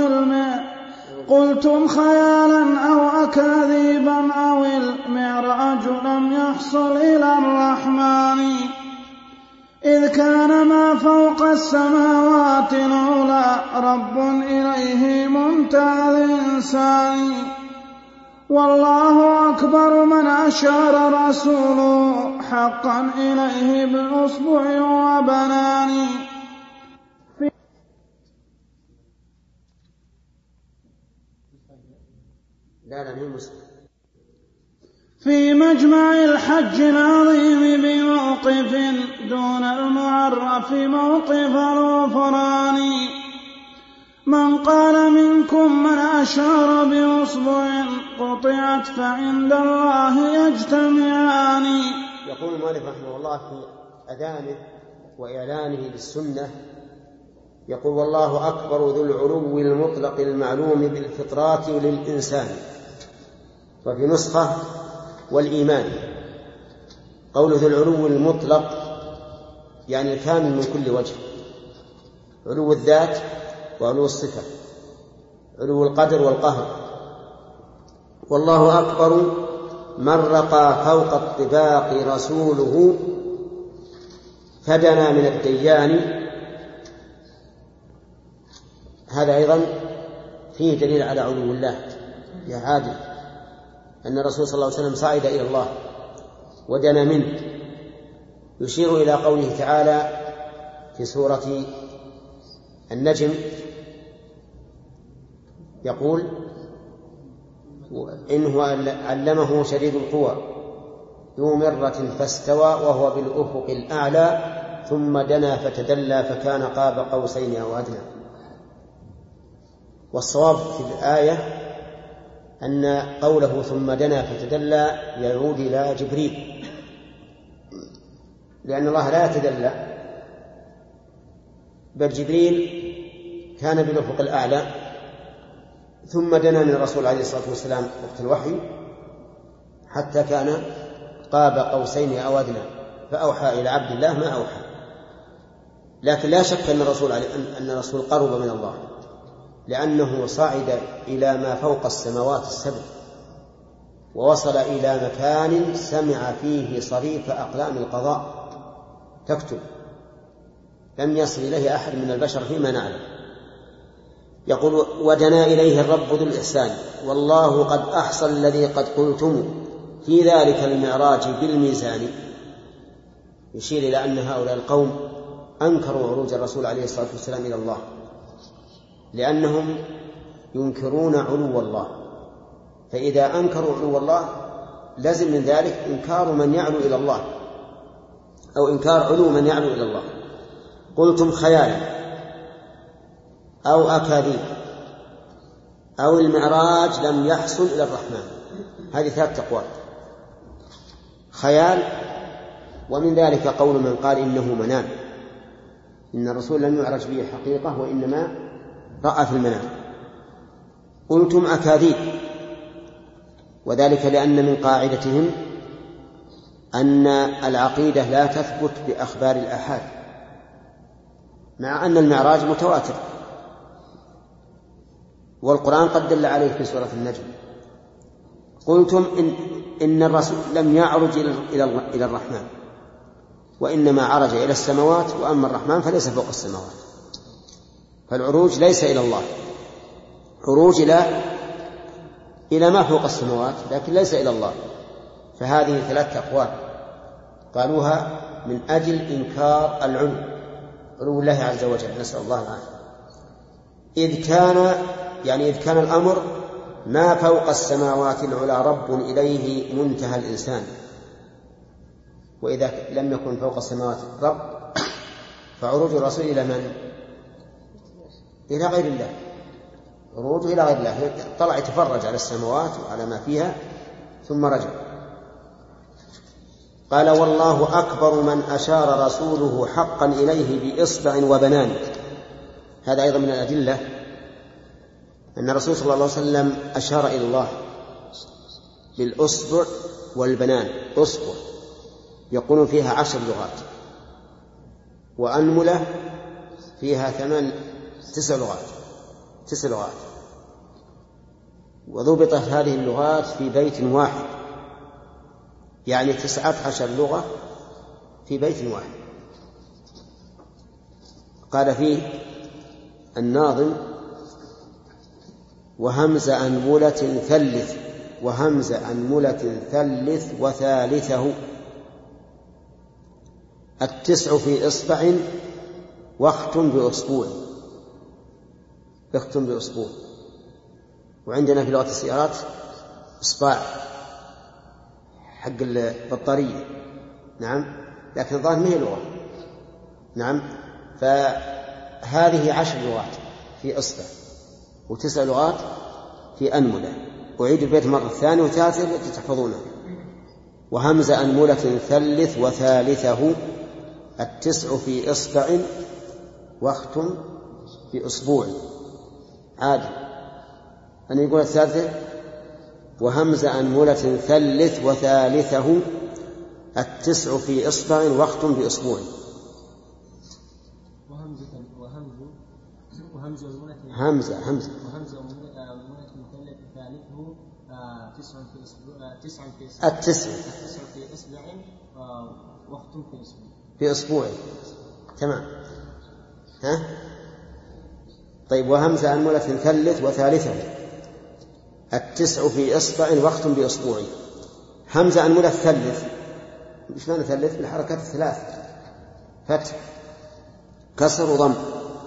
أو المعراج لم يحصل إلى الرحمن. إذ كان ما فوق السماوات العلى رب إليه منتهى الإنسان. والله أكبر من أشار رسوله حقا إليه بالأصبع وبنان. في مجمع الحج العظيم بموقف دون المعرف موقف الغفران. من قال منكم من أشار بأصبع قطعت فعند الله يجتمعان. يقول المؤلف رحمه الله في أذانه وإعلانه للسنة يقول: والله أكبر ذو العلو المطلق المعلوم بالفطرات للإنسان. وفي نسخة والإيمان. قول ذو العلو المطلق يعني الكامل من كل وجه، علو الذات وعلو الصفة، علو القدر والقهر. والله أكبر من رقى فوق الطباق رسوله فدنا من الديان. هذا أيضا فيه دليل على علو الله يا عادل، أن الرسول صلى الله عليه وسلم صعد إلى الله ودنا منه، يشير إلى قوله تعالى في سورة النجم يقول: إنه علمه شديد القوى ذو مرة فاستوى وهو بالأفق الأعلى ثم دنا فتدلى فكان قاب قوسين أو أدنى. والصواب في الآية أن قوله ثم دنا فتدلى يعود إلى جبريل، لأن الله لا يتدلى، بل جبريل كان بالأفق الأعلى ثم دنا من الرسول عليه الصلاة والسلام وقت الوحي حتى كان قاب قوسين أو أدنى، فأوحى إلى عبد الله ما أوحى. لكن لا شك أن الرسول قرب من الله، لأنه صعد إلى ما فوق السماوات السبع ووصل إلى مكان سمع فيه صريف أقلام القضاء تكتب، لم يصل إليه أحد من البشر فيما نعلم. يقول: ودنا إليه الرب ذو الإحسان. والله قد أحصى الذي قد قلتم في ذلك المعراج بالميزان. يشير إلى أن هؤلاء القوم أنكروا عروج الرسول عليه الصلاة والسلام إلى الله، لأنهم ينكرون علو الله، فإذا أنكروا علو الله لازم من ذلك إنكار من يعلو إلى الله أو إنكار علو من يعلو إلى الله. قلتم خيالا أو أكاذيب أو المعراج لم يحصل إلى الرحمن. هذه 3 أقوال: خيال، ومن ذلك قول من قال إنه منام، إن الرسول لم يعرج به حقيقة وإنما رأى في المنام. قلتم أكاذيب، وذلك لأن من قاعدتهم أن العقيدة لا تثبت بأخبار الآحاد، مع أن المعراج متواتر، والقرآن قد دل عليه في سورة النجم. قلتم إن الرسول لم يعرج إلى الرحمن، وإنما عرج إلى السماوات، وأما الرحمن فليس فوق السماوات. فالعروج ليس إلى الله، عروج إلى ما فوق السماوات، لكن ليس إلى الله. فهذه 3 أقوال قالوها من أجل إنكار علو الله عز وجل، نسأل الله العافية. إذ كان يعني إذ كان الأمر ما فوق السماوات العلى رب إليه منتهى الإنسان، وإذا لم يكن فوق السماوات رب فعروج الرسول إلى من؟ إلى غير الله، عروج إلى غير الله، طلع يتفرج على السماوات وعلى ما فيها ثم رجع. قال والله أكبر من أشار رسوله حقا إليه بإصبع وبنان. هذا أيضا من الأدلة أن الرسول صلى الله عليه وسلم أشار إلى الله بالأصبع والبنان. أصبع يقول فيها 10 لغات، وأنملة فيها 9 لغات، وضبطت هذه اللغات في بيت واحد، يعني 19 لغة في بيت واحد. قال فيه الناظم وهمز أنملة ثلث وثالثه 9 في إصبع واختم بأسبوع. وعندنا في لغة السيارات إصبع حق البطارية، نعم، لكن الظاهر ما هي لغة، نعم. فهذه 10 لغات في إصبع و9 لغات في أنملة. أعيد البيت مرة ثانية وثالثة التي تحفظونها. وهمز أنملة ثلث وثالثه 9 في إصبع واختم بأسبوع. عادي أن يقول الثالثة وهمز أنملة ثلث وثالثه 9 في إصبع واختم بأسبوع. همزة مثلث ثالثه 9 في إصبع واختم في أسبوع. تمام. طيب وهمزة أنملة ثلث وثالثه 9 في إصبع واختم بأسبوع. همزة أنملة ثلث، مش معنى ثلث؟ بالحركات الثلاث، فتح كسر وضم.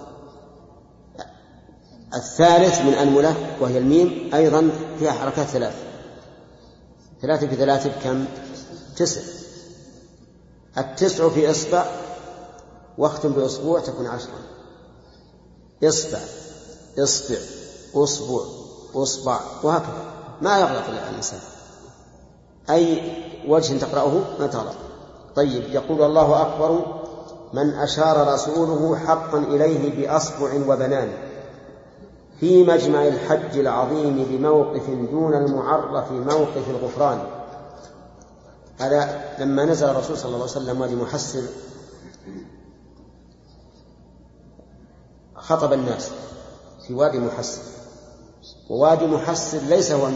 الثالث من أنملة وهي الميم أيضا فيها حركات 3 في 3 بكم؟ 9. 9 في إصبع واختم بأسبوع تكون 10. إصبع أصبع وهكذا، ما يغلط الإنسان أي وجه تقرأه ما تغلط. طيب يقول الله أكبر من أشار رسوله حقا إليه بأصبع وبنان في مجمع الحج العظيم بموقف دون المعرف موقف الغفران. هذا لما نزل الرسول صلى الله عليه وسلم وادي محسر خطب الناس في وادي محسر، ووادي محسر ليس هو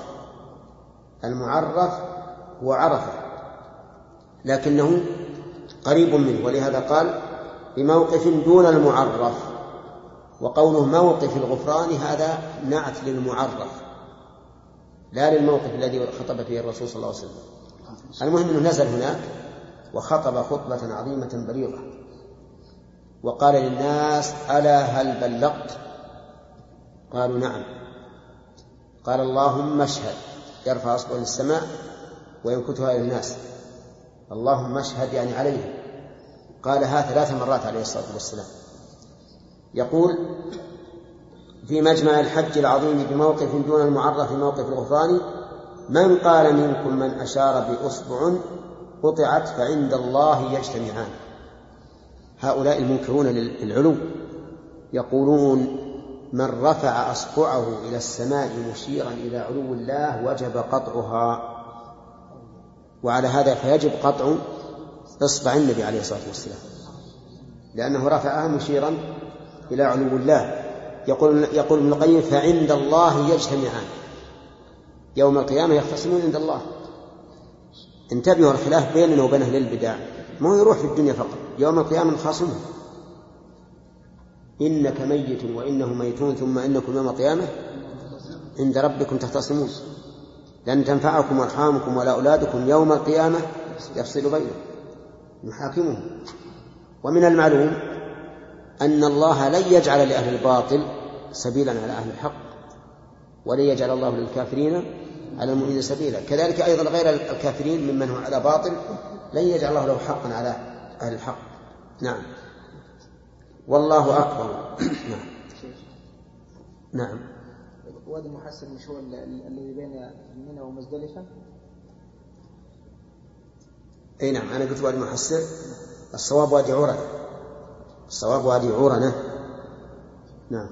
المعرف هو عرفة، لكنه قريب منه، ولهذا قال بموقف دون المعرف. وقوله موقف الغفران هذا نعت للمعرف لا للموقف الذي خطب فيه الرسول صلى الله عليه وسلم. المهم أنه نزل هناك وخطب خطبة عظيمة بليغة وقال للناس ألا هل بلغت؟ قالوا نعم. قال اللهم اشهد، يرفع أصبعه للسماء وينكتها إلى الناس، اللهم اشهد يعني عليه. قالها 3 مرات عليه الصلاة والسلام. يقول في مجمع الحج العظيم بموقف دون المعرف موقف الغفران من قال منكم من أشار بأصبع قطعت فعند الله يجتمعان. هؤلاء المنكرون للعلو يقولون من رفع أصبعه إلى السماء مشيرا إلى علو الله وجب قطعها، وعلى هذا فيجب قطع إصبع النبي عليه الصلاة والسلام لأنه رفعها مشيرا إلى علو الله. يقول ابن القيم فعند الله يجتمعان، يوم القيامة يختصمون عند الله. انتبهوا الخلاف بيننا وبين أهل البدع ما هو يروح في الدنيا فقط، يوم القيامة نخاصمهم. إنك ميت وإنهم ميتون ثم إنكم يوم القيامة عند ربكم تختصمون لن تنفعكم أرحامكم ولا أولادكم يوم القيامة يفصل بينهم يحاكمهم. ومن المعلوم أن الله لن يجعل لأهل الباطل سبيلا على أهل الحق، ولن يجعل الله للكافرين على المؤمنين سبيلا. كذلك أيضا غير الكافرين ممن هو على باطل لن يجعل الله له حقا على أهل الحق. نعم. والله أكبر. نعم. وادي المحسر مش هو الذي بين منى ومزدلفة؟ أي نعم، أنا قلت وادي المحسر، الصواب وادي عرنة. الصواب وادي عرنة. نعم.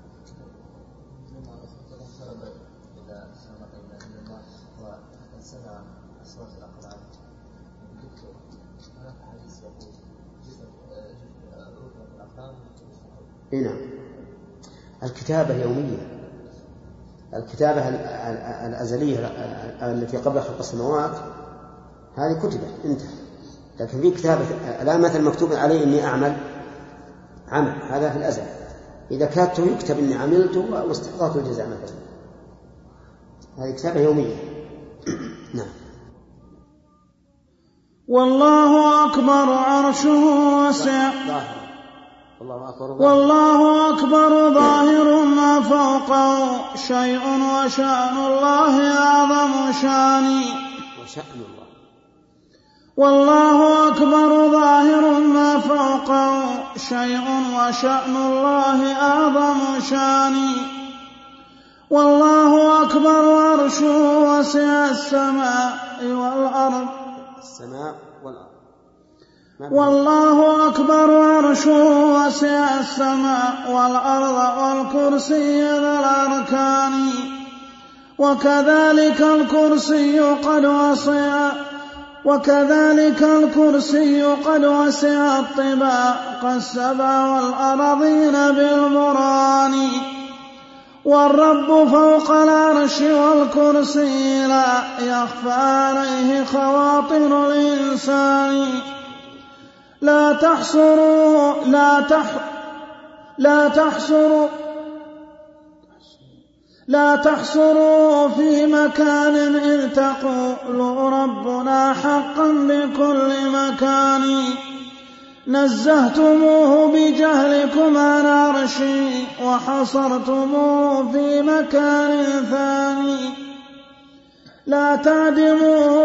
نعم. الكتابة يومية، الكتابة الأزلية التي قبل خلق السماوات هذه كتبت انتهى. لكن في كتابة الآن مثلا مكتوب علي إني أعمل عمل، هذا في الأزل. إذا كادت يكتب إني عملته واستحقاقه الجزاء مثلا، هذه كتابة يومية. نعم. والله أكبر عرشه واسع، والله أكبر ظاهر ما فوقه شيء وشأن الله أعظم شاني. والله أكبر ظاهر ما فوقه شيء وشأن الله أعظم شاني. والله أكبر عرشه وسع السماء والأرض. والله أكبر عرشه وسع السماء والأرض والكرسي ذا الأركان. وكذلك الكرسي قد وسع الطباق السبع والأرضين بالبرهان. والرب فوق العرش والكرسي لا يخفى عليه خواطر الإنسان. لا تحصروا في مكان إذ تقول ربنا حقا بكل مكان. نزهتموه بجهلكم عن عرشي وحصرتموه في مكان ثاني. لا تعدموه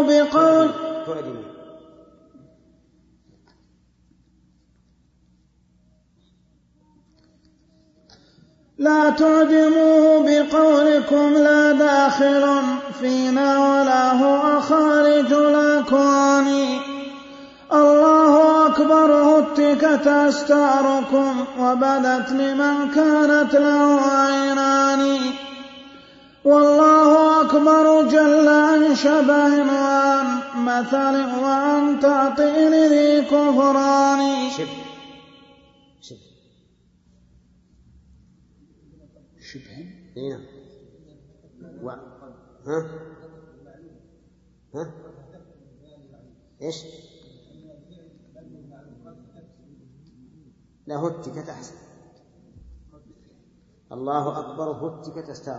لا تعدموه بقولكم لا داخل فينا ولا هو خارج الأكوان. الله أكبر هتكت أستاركم وبدت لمن كانت له عينان. والله أكبر جل عن شبه وعن مثل وعن تعطيل ذي كفران. شبه هنا ايش؟ لا هتكت أحسن. الله أكبر هتكت أستار.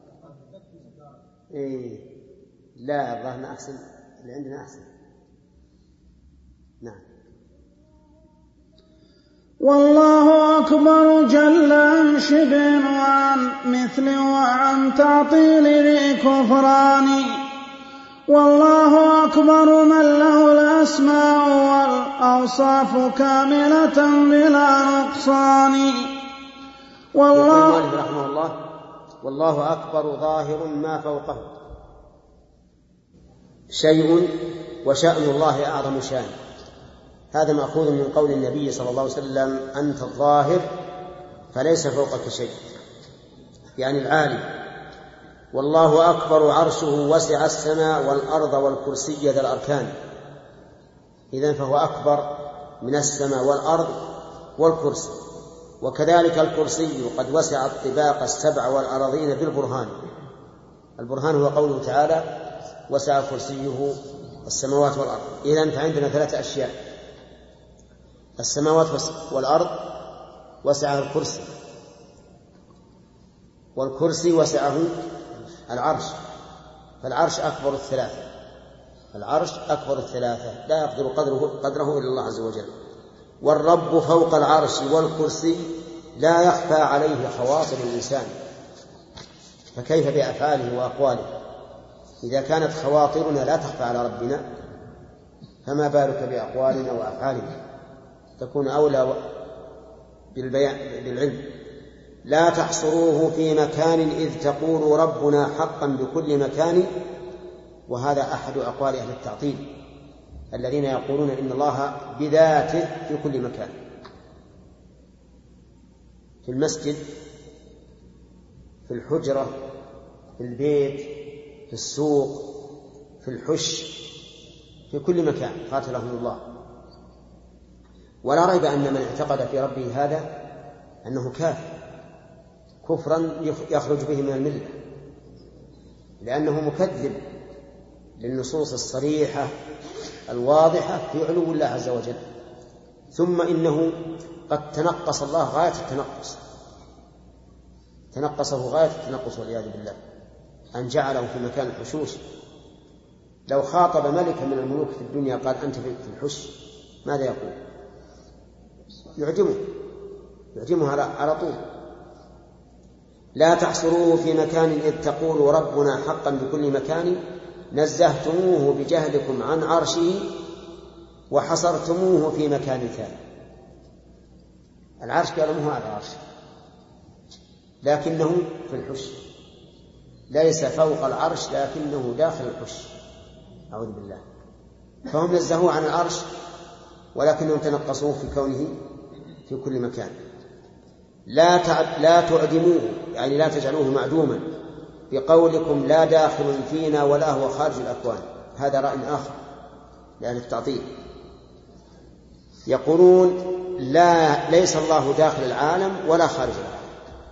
لا الظاهر أحسن، اللي عندنا أحسن. نعم. والله أكبر جل عن شبه وعن مثل وعن تعطيل ذي كفران. والله أكبر من له الأسماء والأوصاف كاملة بلا نقصان. والله رحمه الله والله أكبر ظاهر ما فوقه شيء وشأن الله أعظم شان. هذا مأخوذ من قول النبي صلى الله عليه وسلم أنت الظاهر فليس فوقك شيء، يعني العالي. والله أكبر عرشه وسع السماء والأرض والكرسي ذا الأركان. إذن فهو أكبر من السماء والأرض والكرسي. وكذلك الكرسي قد وسع الطباق السبع والأراضين بالبرهان. البرهان هو قوله تعالى وسع كرسيه السماوات والأرض. إذن فعندنا 3 أشياء: السماوات والأرض وسعه الكرسي، والكرسي وسعه العرش، فالعرش أكبر الثلاثة. العرش أكبر الثلاثة لا يقدر قدره إلا الله عز وجل. والرب فوق العرش والكرسي لا يخفى عليه خواطر الإنسان. فكيف بأفعاله وأقواله؟ إذا كانت خواطرنا لا تخفى على ربنا فما بالك بأقوالنا وأفعالنا؟ تكون أولى بالعلم. لا تحصروه في مكان إذ تقول ربنا حقا بكل مكان. وهذا أحد أقوال أهل التعطيل الذين يقولون إن الله بذاته في كل مكان، في المسجد، في الحجرة، في البيت، في السوق، في الحش، في كل مكان قاتلهم الله. ولا ريب أن من اعتقد في ربه هذا أنه كافر كفرا يخرج به من الملة، لأنه مكذب للنصوص الصريحة الواضحة في علو الله عز وجل. ثم إنه قد تنقص الله غاية التنقص، تنقصه غاية التنقص والعياذ بالله، أن جعله في مكان الحشوش. لو خاطب ملكا من الملوك في الدنيا قال أنت في الحش ماذا يقول؟ يعجمه على طول. لا تحصروه في مكان إذ تقول ربنا حقا بكل مكان نزهتموه بجهلكم عن عرشه وحصرتموه في مكان ثاني. العرش قالوا مو هذا عرش، لكنه في الحش، ليس فوق العرش لكنه داخل الحش، أعوذ بالله. فهم نزهوه عن العرش ولكنهم تنقصوه في كونه في كل مكان. لا تعدموه، يعني لا تجعلوه معدوما بقولكم لا داخل فينا ولا هو خارج الأكوان. هذا رأي آخر لأهل التعطيل، يقولون ليس الله داخل العالم ولا خارج العالم،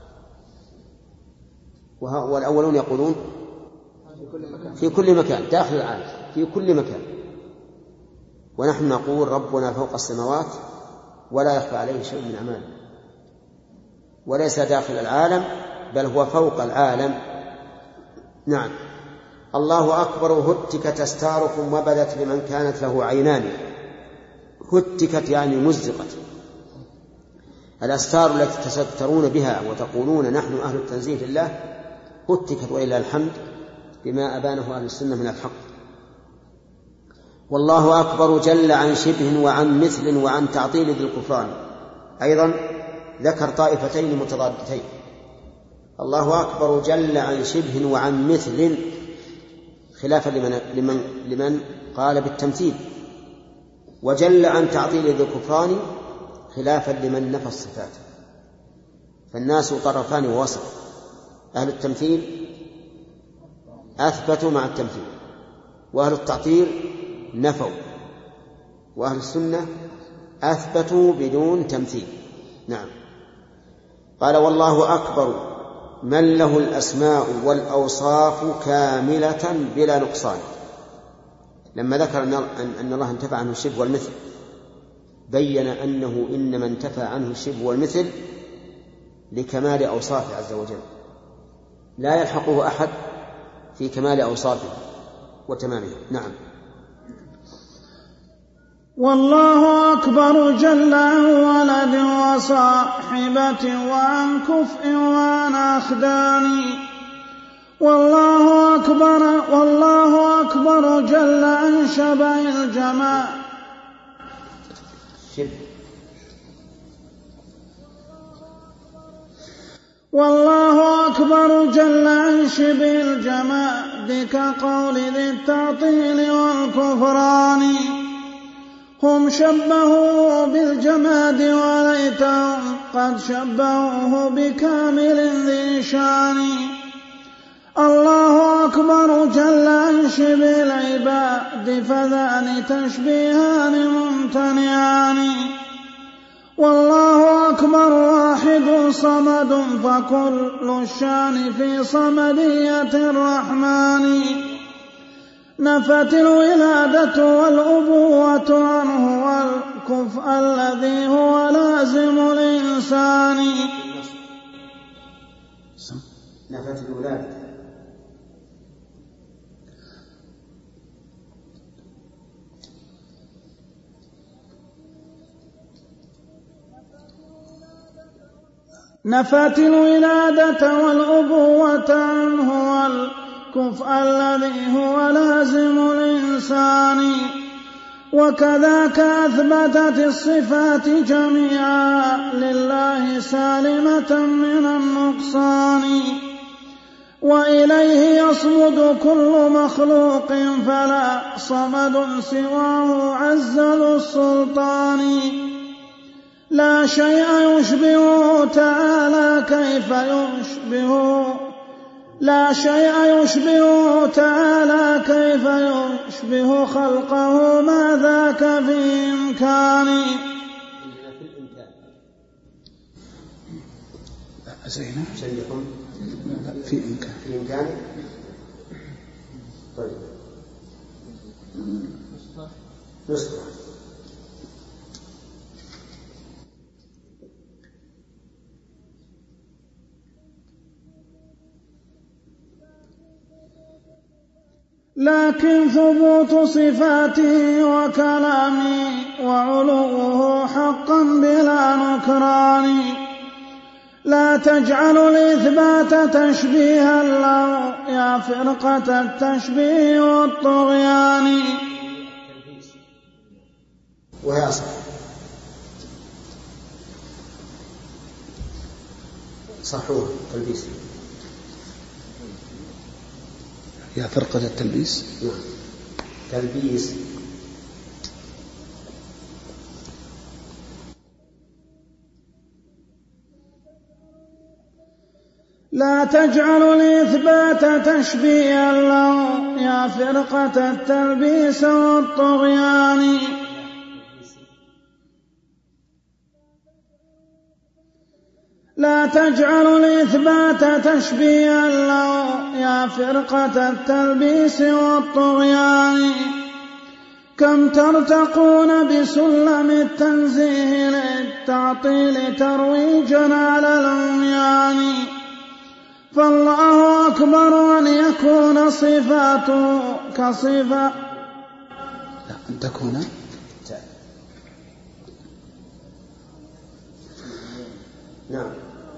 والأولون يقولون في كل مكان داخل العالم في كل مكان. ونحن نقول ربنا فوق السماوات ولا يخفى عليه شيء من أعماله، وليس داخل العالم بل هو فوق العالم. نعم. الله أكبر هتكت أستاركم وبدت لمن كانت له عينان. هتكت يعني مزقت. الأستار التي تسترون بها وتقولون نحن أهل التنزيه لله هتكت ولله الحمد بما أبانه أهل السنة من الحق. والله أكبر جل عن شبه وعن مثل وعن تعطيل ذي الكفران. أيضا ذكر طائفتين متضادتين. الله أكبر جل عن شبه وعن مثل خلافا لمن قال بالتمثيل، وجل عن تعطيل ذي الكفران خلافا لمن نفى الصفات. فالناس طرفان ووسط، أهل التمثيل أثبتوا مع التمثيل، وأهل التعطيل نفوا، وأهل السنة أثبتوا بدون تمثيل. نعم. قال والله أكبر من له الأسماء والأوصاف كاملة بلا نقصان. لما ذكر أن الله انتفى عنه الشبه والمثل بين أنه إنما انتفى عنه الشبه والمثل لكمال أوصافه عز وجل، لا يلحقه أحد في كمال أوصافه وتمامه. نعم. والله أكبر جل عن ولد وصاحبة وعن كفء وعن أخدان. والله أكبر جل عن شبه الجمال. والله أكبر جل عن شبه الجماد كقول ذي التعطيل والكفران. هم شبهوا بالجماد وليتهم قد شبهوه بكامل ذي شان. الله أكبر جل عن شبه العباد فذان تشبيهان ممتنعان. والله أكبر واحد صمد فكل الشان في صمدية الرحمن. نفت الولادة والأبوة عنه والكفء الذي هو لازم الإنسان. نفت الولادة نفت الولادة والأبوة عنه والكفء الذي هو لازم الإنسان. وكذاك أثبتت الصفات جميعا لله سالمة من النقصان. وإليه يصمد كل مخلوق فلا صمد سواه عز ذو السلطان. لا شيء يشبهه تعالى كيف يشبهه، لا شيء يشبهه تعالى كيف يشبه خلقه، ما ذاك في إمكاني. زين في إمكاني. طيب نسخة. لكن ثبوت صفاته وكلامه وعلوه حقا بلا نكران. لا تجعل الإثبات تشبيها له يا فرقة التشبيه والطغيان. وهي أصح صحوه تلبيس يا فرقة التلبيس. تلبيس. لا تجعل الإثبات تشبيها له يا فرقة التلبيس والطغيان. لا تجعل الإثبات تشبيها له يا فرقة التلبيس والطغيان. كم ترتقون بسلم التنزيه للتعطيل ترويجا على العميان. فالله أكبر أن يكون صفاته كصفة أن تكون نعم.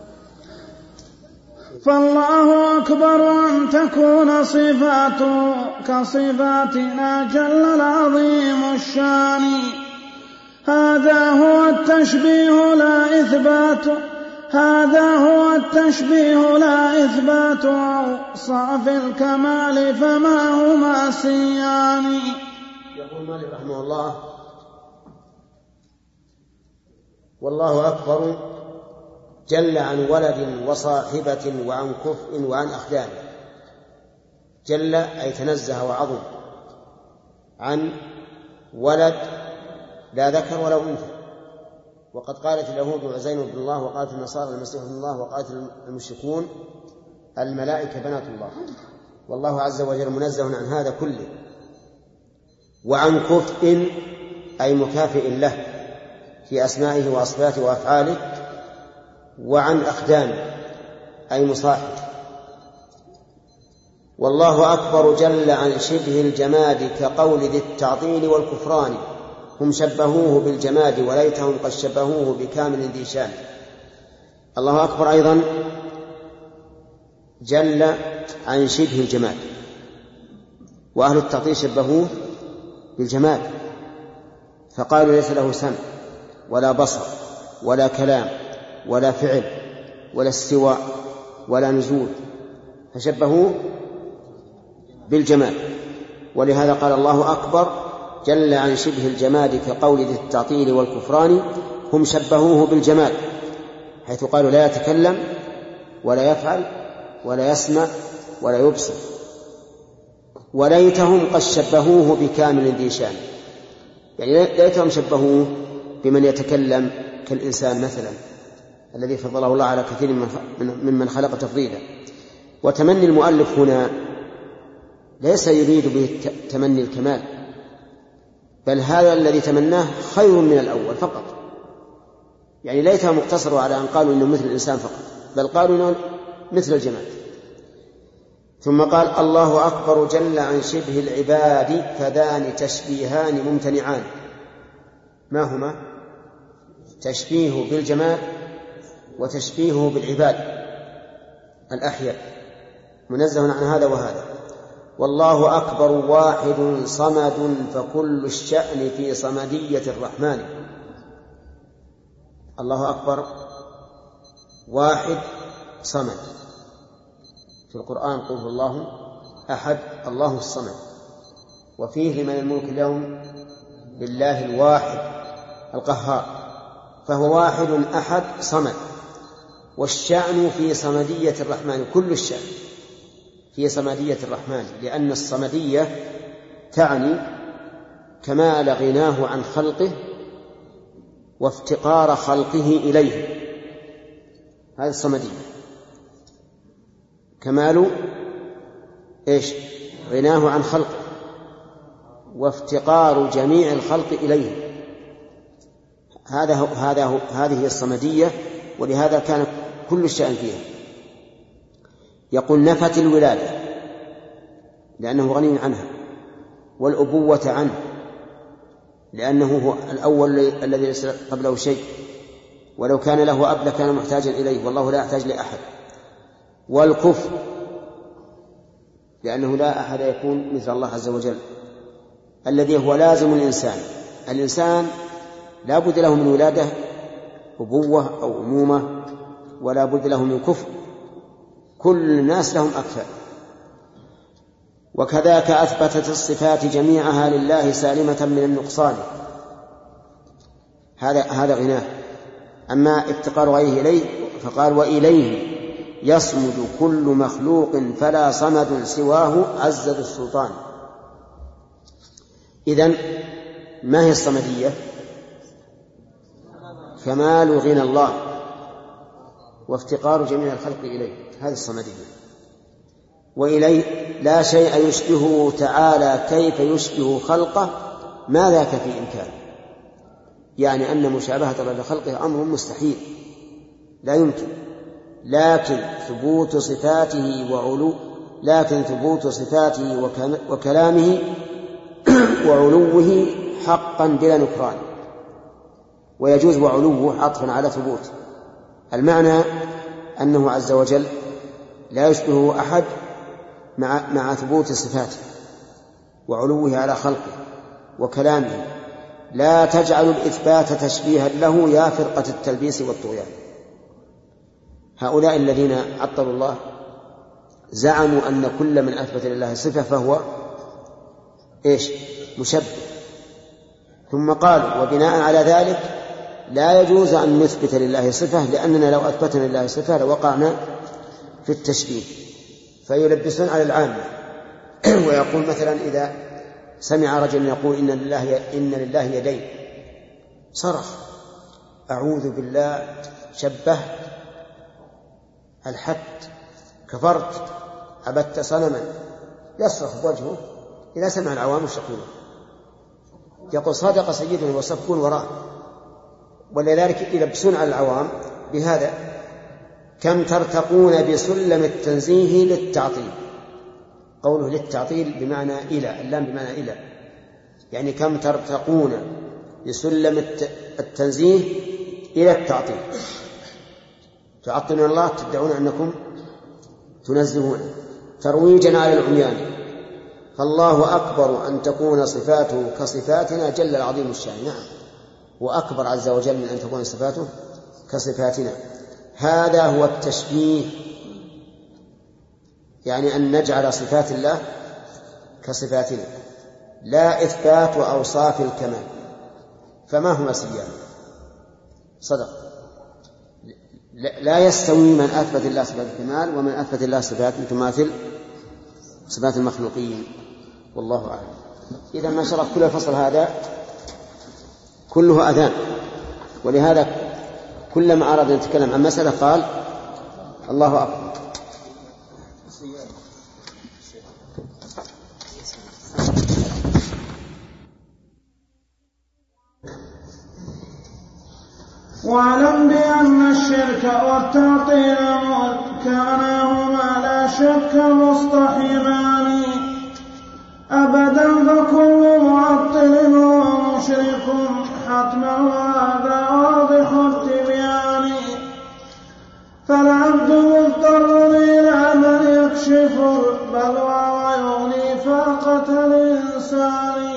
فالله أكبر أن تكون صفاته كصفاتنا جل العظيم الشان. هذا هو التشبيه لا إثبات، هذا هو التشبيه لا إثبات أوصاف الكمال فما هما سيان. يقول مالك رحمه الله: والله أكبر جل عن ولد وصاحبة وعن كفء وعن أخدان. جل أي تنزه وعظم عن ولد لا ذكر ولا أنثى، وقد قالت اليهود عزير بن الله، وقالت النصارى المسيح بن الله، وقالت المشركون الملائكة بنات الله، والله عز وجل منزه عن هذا كله. وعن كفء أي مكافئ له في أسمائه وأصفاته وأفعاله، وعن أخدان أي مصاحب. والله أكبر جل عن شبه الجماد كقول ذي التعطيل والكفران. هم شبهوه بالجماد وليتهم قد شبهوه بكامل ذي شان. الله أكبر أيضا جل عن شبه الجماد، وأهل التعطيل شبهوه بالجماد فقالوا ليس له سمع ولا بصر ولا كلام ولا فعل ولا استواء ولا نزول، فشبهوه بالجماد. ولهذا قال الله أكبر جل عن شبه الجماد كقول ذي التعطيل والكفران. هم شبهوه بالجماد حيث قالوا لا يتكلم ولا يفعل ولا يسمع ولا يبصر. وليتهم قد شبهوه بكامل ذي شان، يعني ليتهم شبهوه بمن يتكلم كالإنسان مثلا الذي فضله الله على كثير ممن خلق تفضيلا. وتمني المؤلف هنا ليس يريد به تمني الكمال، بل هذا الذي تمناه خير من الأول فقط، يعني ليتها مقتصر على أن قالوا إنه مثل الإنسان فقط، بل قالوا إنه مثل الجماد. ثم قال الله أكبر جل عن شبه العباد فذان تشبيهان ممتنعان. ما هما؟ تشبيه بالجماد وتشبيهه بالعباد الأحياء منزه عن هذا وهذا. والله أكبر واحد صمد فكل الشأن في صمدية الرحمن. الله أكبر واحد صمد. في القرآن قل هو الله أحد الله الصمد، وفيه لمن الملك اليوم لله الواحد القهار، فهو واحد أحد صمد. والشأن في صمدية الرحمن، كل الشأن في صمدية الرحمن، لأن الصمدية تعني كمال غناه عن خلقه وافتقار خلقه إليه. هذه الصمدية، كمال غناه عن خلقه وافتقار جميع الخلق إليه. هذه الصمدية، ولهذا كان كل الشأن فيها. يقول نفت الولادة لأنه غني عنها، والأبوة عنه لأنه هو الأول الذي ليس قبله شيء، ولو كان له أب لكان محتاجا إليه والله لا يحتاج لأحد. والكفر لأنه لا أحد يكون مثل الله عز وجل الذي هو لازم الإنسان لا بد له من ولادة أبوة أو أمومة، ولا بد له من كفر. كل الناس لهم أكفاء. وكذاك أثبتت الصفات جميعها لله سالمة من النقصان، هذا غناه. أما افتقار غيره إليه فقال وإليه يصمد كل مخلوق فلا صمد سواه عز ذو السلطان. إذن ما هي الصمدية؟ كمال غنى الله وافتقار جميع الخلق إليه، هذه الصمدية. وإليه لا شيء يشبهه تعالى، كيف يشبه خلقه ما ذاك في إمكانه. يعني أن مشابهة الله لخلقه أمر مستحيل لا يمكن، لكن ثبوت صفاته وكلامه وعلوه حقا بلا نكران. ويجوز وعلوه عطفا على ثبوت. المعنى أنه عز وجل لا يشبهه أحد مع ثبوت صفاته وعلوه على خلقه وكلامه. لا تجعل الإثبات تشبيها له يا فرقة التلبيس والطغيان. هؤلاء الذين عطلوا الله زعموا أن كل من أثبت لله صفة فهو مشبه، ثم قالوا وبناء على ذلك لا يجوز أن نثبت لله صفة، لأننا لو أثبتنا لله صفة لوقعنا في التشبيه. فيلبسون على العامة ويقول مثلا إذا سمع رجل يقول إن لله يدين صرخ أعوذ بالله، شبهت، ألحدت، كفرت، عبدت صنما، يصرخ بوجهه. إذا سمع العوام الشقيون يقول صدق سيدنا وصفون وراء. ولذلك يلبسون على العوام بهذا. كم ترتقون بسلم التنزيه للتعطيل. قوله للتعطيل بمعنى إلى، اللام بمعنى إلى، يعني كم ترتقون بسلم التنزيه إلى التعطيل. تعطلون الله، تدعون أنكم تنزهون ترويجا على العميان. فالله أكبر أن تكون صفاته كصفاتنا جل العظيم الشأن. نعم، وأكبر عز وجل من أن تكون صفاته كصفاتنا. هذا هو التشبيه، يعني أن نجعل صفات الله كصفاتنا، لا إثبات أوصاف الكمال. فما هما سيان؟ صدق. لا يستوي من أثبت الله صفات الكمال ومن أثبت الله صفات تماثل صفات المخلوقين، والله أعلم. إذا ما شرح كل الفصل هذا كله أذان، ولهذا كلما أراد أن يتكلم عن مسألة قال الله أكبر. واعلم بأن الشرك والتعطيل كانهما لا شك مصطحبان أبدا، فكل معطل ومشرك حتما، وهذا واضح التبيان. الإنسان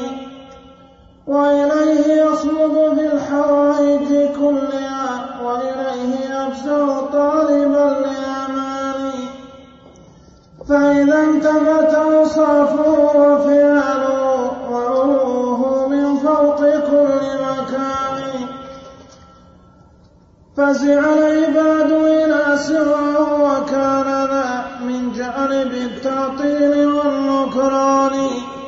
وإليه يصمد في الحوائج كلها وإليه يفزع طالبا لأمان فإذا انتفت أوصافه وفعاله وعلوه من فوق كل مكان فزع العباد إلى سواه وكان ذا من جانب التعطيل والنكران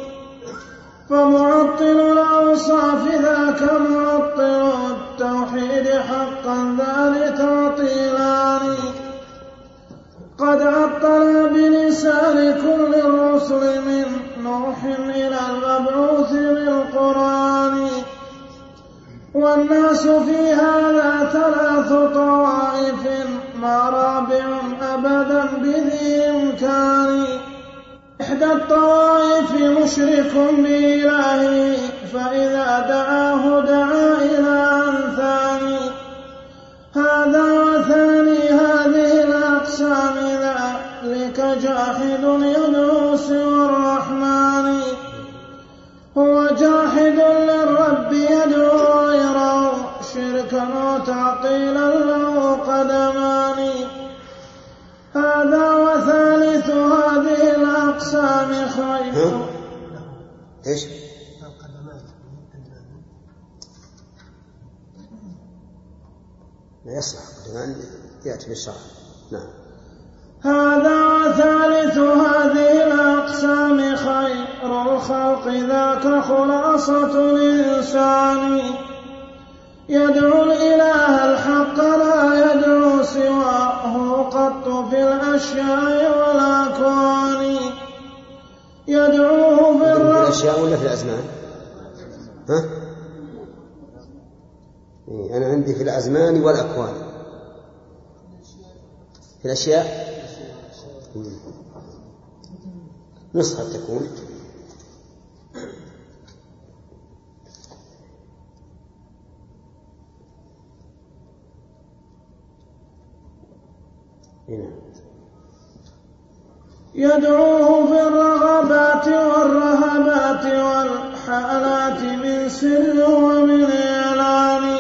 فمعطل الأوصاف ذاك معطل التوحيد حقا ذا لتعطيلان قد عطل بلسان كل الرسل من نوح إلى المبعوث بالقرآن والناس في هذا 3 طوائف ما رابع أبدا بذي إمكان إحدى الطوائف مشرك بإلهه فإذا دعاه دعا إلى ثاني هذا وثاني هذه الأقسام ذلك جاحد يدعو سوى الرحمن هو جاحد للرب يدعو غيره شركا وتعطيلا له قدمان هذا وثالث هذه الأقسام خير إيش؟ لا يصلح قدمان يأتي بالشرع. نعم. هذا وثالث هذه الأقسام خير الخلق ذاك خلاصة الإنسان يدعو الإله الحق لا يدعو سواه قط في الأشياء والأكوان يدعوه في الأشياء ولا في الأزمان؟ ها؟ أنا عندي في الأزمان والأكوان. في الأشياء نسخة تكون هنا يدعوه في الرغبات والرهبات والحالات من سر ومن إعلان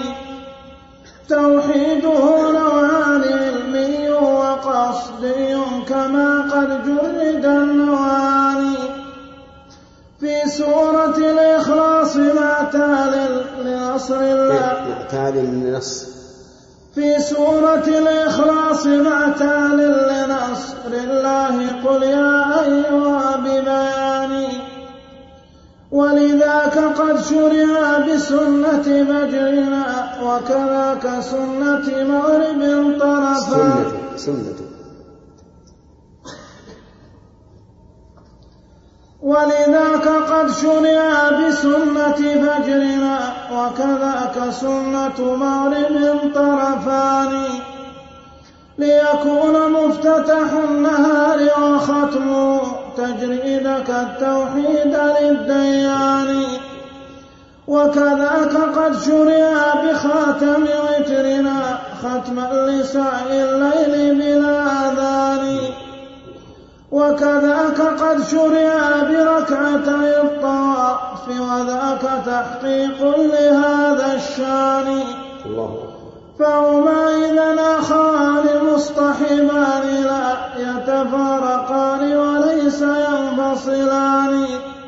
توحيده نوعان علمي وقصدي كما قد جرد النوعان في سورة الإخلاص معتال لنصر الله معتال للنص في سورة الإخلاص معتال لنصر الله قل يا أيها ببيان ولذاك قد شرع بسنة فجرنا وكذاك سنة مغرب طرفا ولذاك قد شرع بسنة فجرنا وكذاك سنة مغرب طرفان ليكون مفتتح النهار وختمه تجريدك التوحيد للديان وكذاك قد شرع بخاتم وترنا ختما لسعي الليل بلا أذان وكذاك قد شرع بركعتي الطواف وذاك تحقيق لهذا الشان فهما إذا آخران مصطحبان لا يتفارقان وليس ينفصلان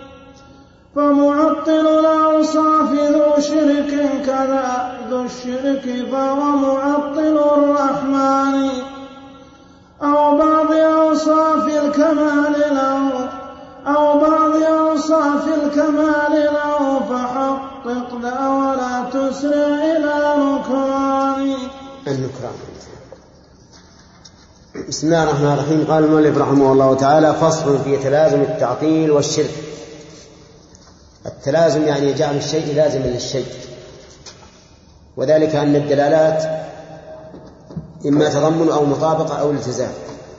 فمعطل الأوصاف ذو شرك كذا ذو الشرك فهو معطل الرحمن أو بعض أوصاف الكمال له أو بعض أوصاف الكمال له فحقق ذا ولا تسرع إلى نكران النكران. بسم الله الرحمن الرحيم. قال المؤلف رحمه الله تعالى فصل في تلازم التعطيل والشرك. التلازم يعني جعل الشيء لازما للشيء وذلك أن الدلالات إما تضمن أو مطابقة أو التزام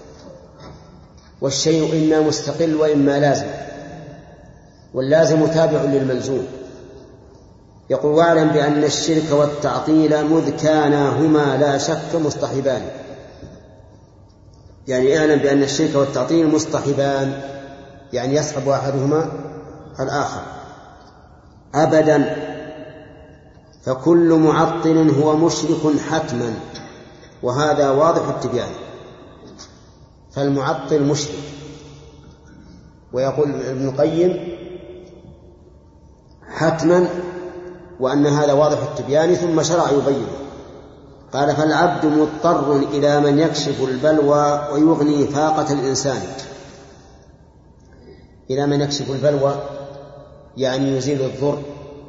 والشيء إما مستقل وإما لازم واللازم تابع للملزوم. يقول واعلم بأن الشرك والتعطيل مذ كانا هما لا شك مصطحبان يعني اعلم بأن الشرك والتعطيل مصطحبان يعني يصحب أحدهما الآخر أبدا، فكل معطل هو مشرك حتما، وهذا واضح التبيان. فالمعطل مشرك. ويقول ابن القيم حتما، وأن هذا واضح التبيان، ثم شرع يبين. قال فالعبد مضطر إلى من يكشف البلوى ويغني فاقة الإنسان. إلى من يكشف البلوى يعني يزيل الضر،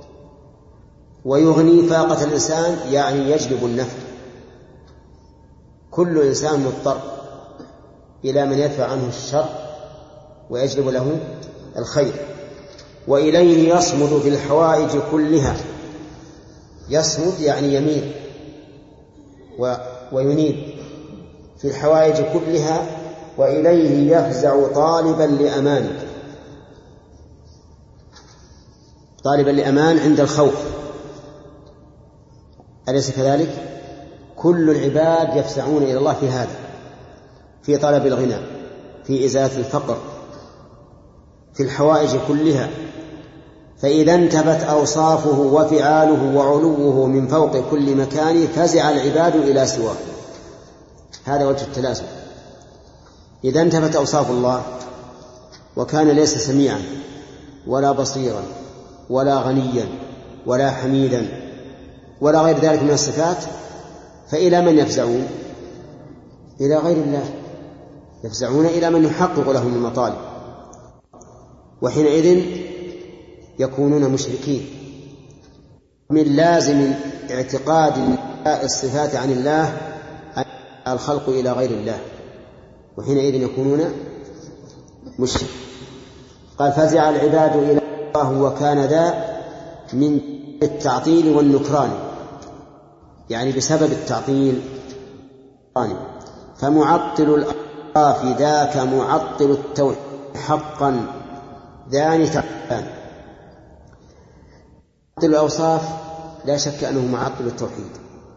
ويغني فاقة الإنسان يعني يجلب النفع. كل إنسان مضطر إلى من يدفع عنه الشر ويجلب له الخير، وإليه يصمد في الحوائج كلها. يصمد يعني يميل وينيب في الحوائج كلها، وإليه يفزع طالبا لأمان. طالبا لأمان عند الخوف، أليس كذلك؟ كل العباد يفزعون إلى الله في هذا، في طلب الغنى، في إزالة الفقر، في الحوائج كلها. فإذا انتفت أوصافه وفعاله وعلوه من فوق كل مكان فزع العباد إلى سواه. هذا وجه التلازم. إذا انتفت أوصاف الله وكان ليس سميعا ولا بصيرا ولا غنيا ولا حميدا ولا غير ذلك من الصفات، فإلى من يفزعون؟ إلى غير الله. يفزعون إلى من يحقق لهم المطالب، وحينئذ يكونون مشركين. من لازم اعتقاد الصفات عن الله الخلق إلى غير الله، وحينئذ يكونون مشركين. قال فزع العباد إلى الله وكان ذا من التعطيل والنكران، يعني بسبب التعطيل. فمعطل الأوصاف ذاك معطل التوحيد حقا ذان تعطيلان. معطل الأوصاف لا شك أنه معطل التوحيد،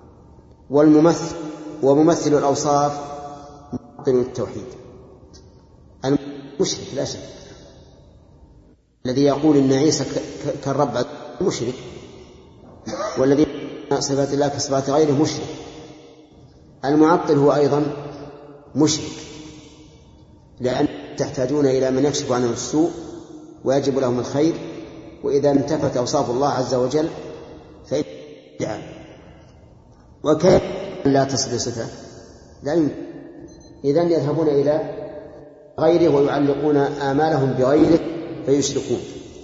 وممثل الأوصاف معطل التوحيد. المشرك لا شك، الذي يقول إن عيسى كالرب مشرك، والذي صفات الله كصفات غيره مشرك. المعطل هو أيضا مشرك، لأن تحتاجون إلى من يكشف عنه السوء ويجب لهم الخير، وإذا انتفت أوصاف الله عز وجل فإن وكيف لا تصل صفة؟ لا يمكن. إذن يذهبون إلى غيره ويعلقون آمالهم بغيره فيشركون.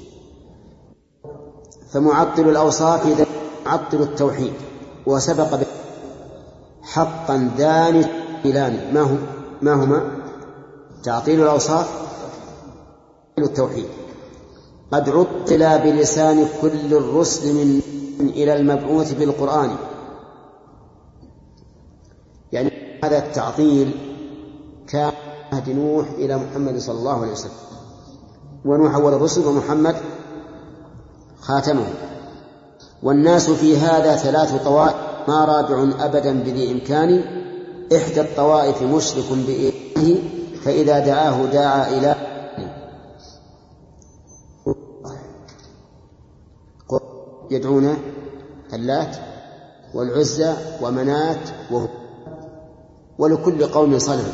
فمعطل الأوصاف إذا معطل التوحيد، وسبق حقا ذان تعطيلان. ما هما؟ تعطيل الأوصاف التوحيد. قد عطل بلسان كل الرسل من إلى المبعوث بالقرآن. يعني هذا التعطيل كان عهد نوح إلى محمد صلى الله عليه وسلم، ونوح أول الرسل ومحمد خاتمه. والناس في هذا 3 طوائف ما رابع أبدا بذي إمكان. إحدى الطوائف مشرك بإلهه فإذا دعاه داعى إلى يدعون اللات والعزى ومنات ولكل قوم صنم،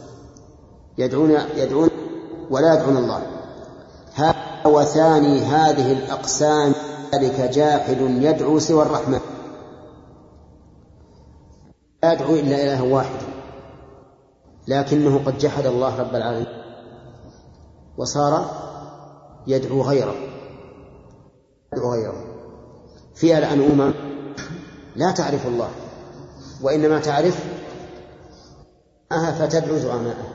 يدعون ولا يدعون الله. هذا وثاني هذه الأقسام ذلك جاحد يدعو سوى الرحمن، لا يدعو إلا إله واحد، لكنه قد جحد الله رب العالمين وصار يدعو غيره. فيها الآن لا تعرف الله، وإنما تعرف فتدعو زعماءها.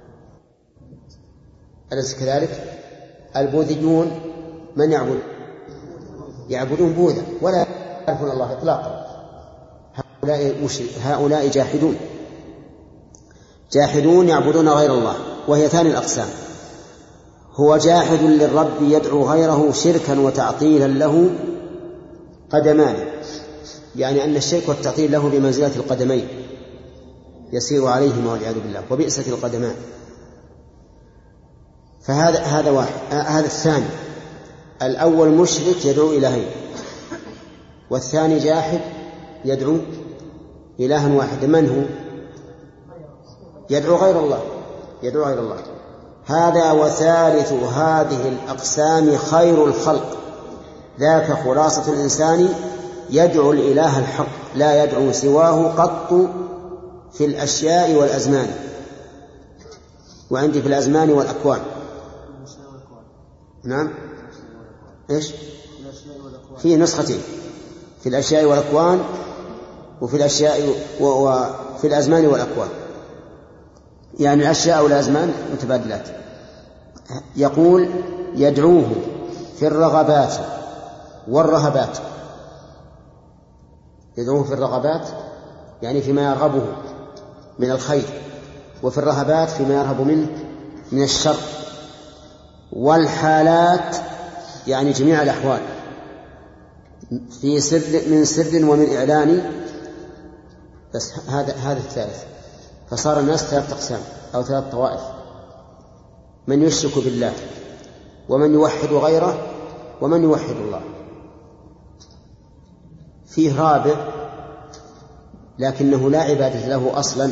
أليس كذلك؟ البوذيون من يعبدون بوذا ولا يعرفون الله إطلاقا. هؤلاء جاحدون يعبدون غير الله، وهي ثاني الأقسام. هو جاحد للرب يدعو غيره شركا وتعطيلا له قدمان، يعني أن الشرك والتعطيل له بمنزلة القدمين يسير عليهما والعياذ بالله، وبئست القدمان. فهذا واحد. هذا الثاني. الأول مشرك يدعو إلهين، والثاني جاحد يدعو إلها واحدا. من هو؟ يدعو غير الله، يدعو غير الله. هذا وثالث هذه الأقسام خير الخلق، ذاك خلاصة الإنسان يدعو الإله الحق لا يدعو سواه قط في الأشياء والأزمان. وعندي في الأزمان والأكوان. نعم إيش؟ في نسختين، في الأشياء والأكوان وفي الأشياء وفي الأزمان والأكوان، يعني الأشياء والأزمان متبادلات. يقول يدعوه في الرغبات والرهبات. يدعوه في الرغبات يعني فيما يرغبه من الخير، وفي الرهبات فيما يرهب منه من الشر، والحالات يعني جميع الأحوال، في سر من سر ومن إعلان. بس هذا الثالث. فصار الناس ثلاث أقسام أو ثلاث طوائف: من يشرك بالله، ومن يوحد غيره، ومن يوحد الله. فيه رابع لكنه لا عبادة له أصلا،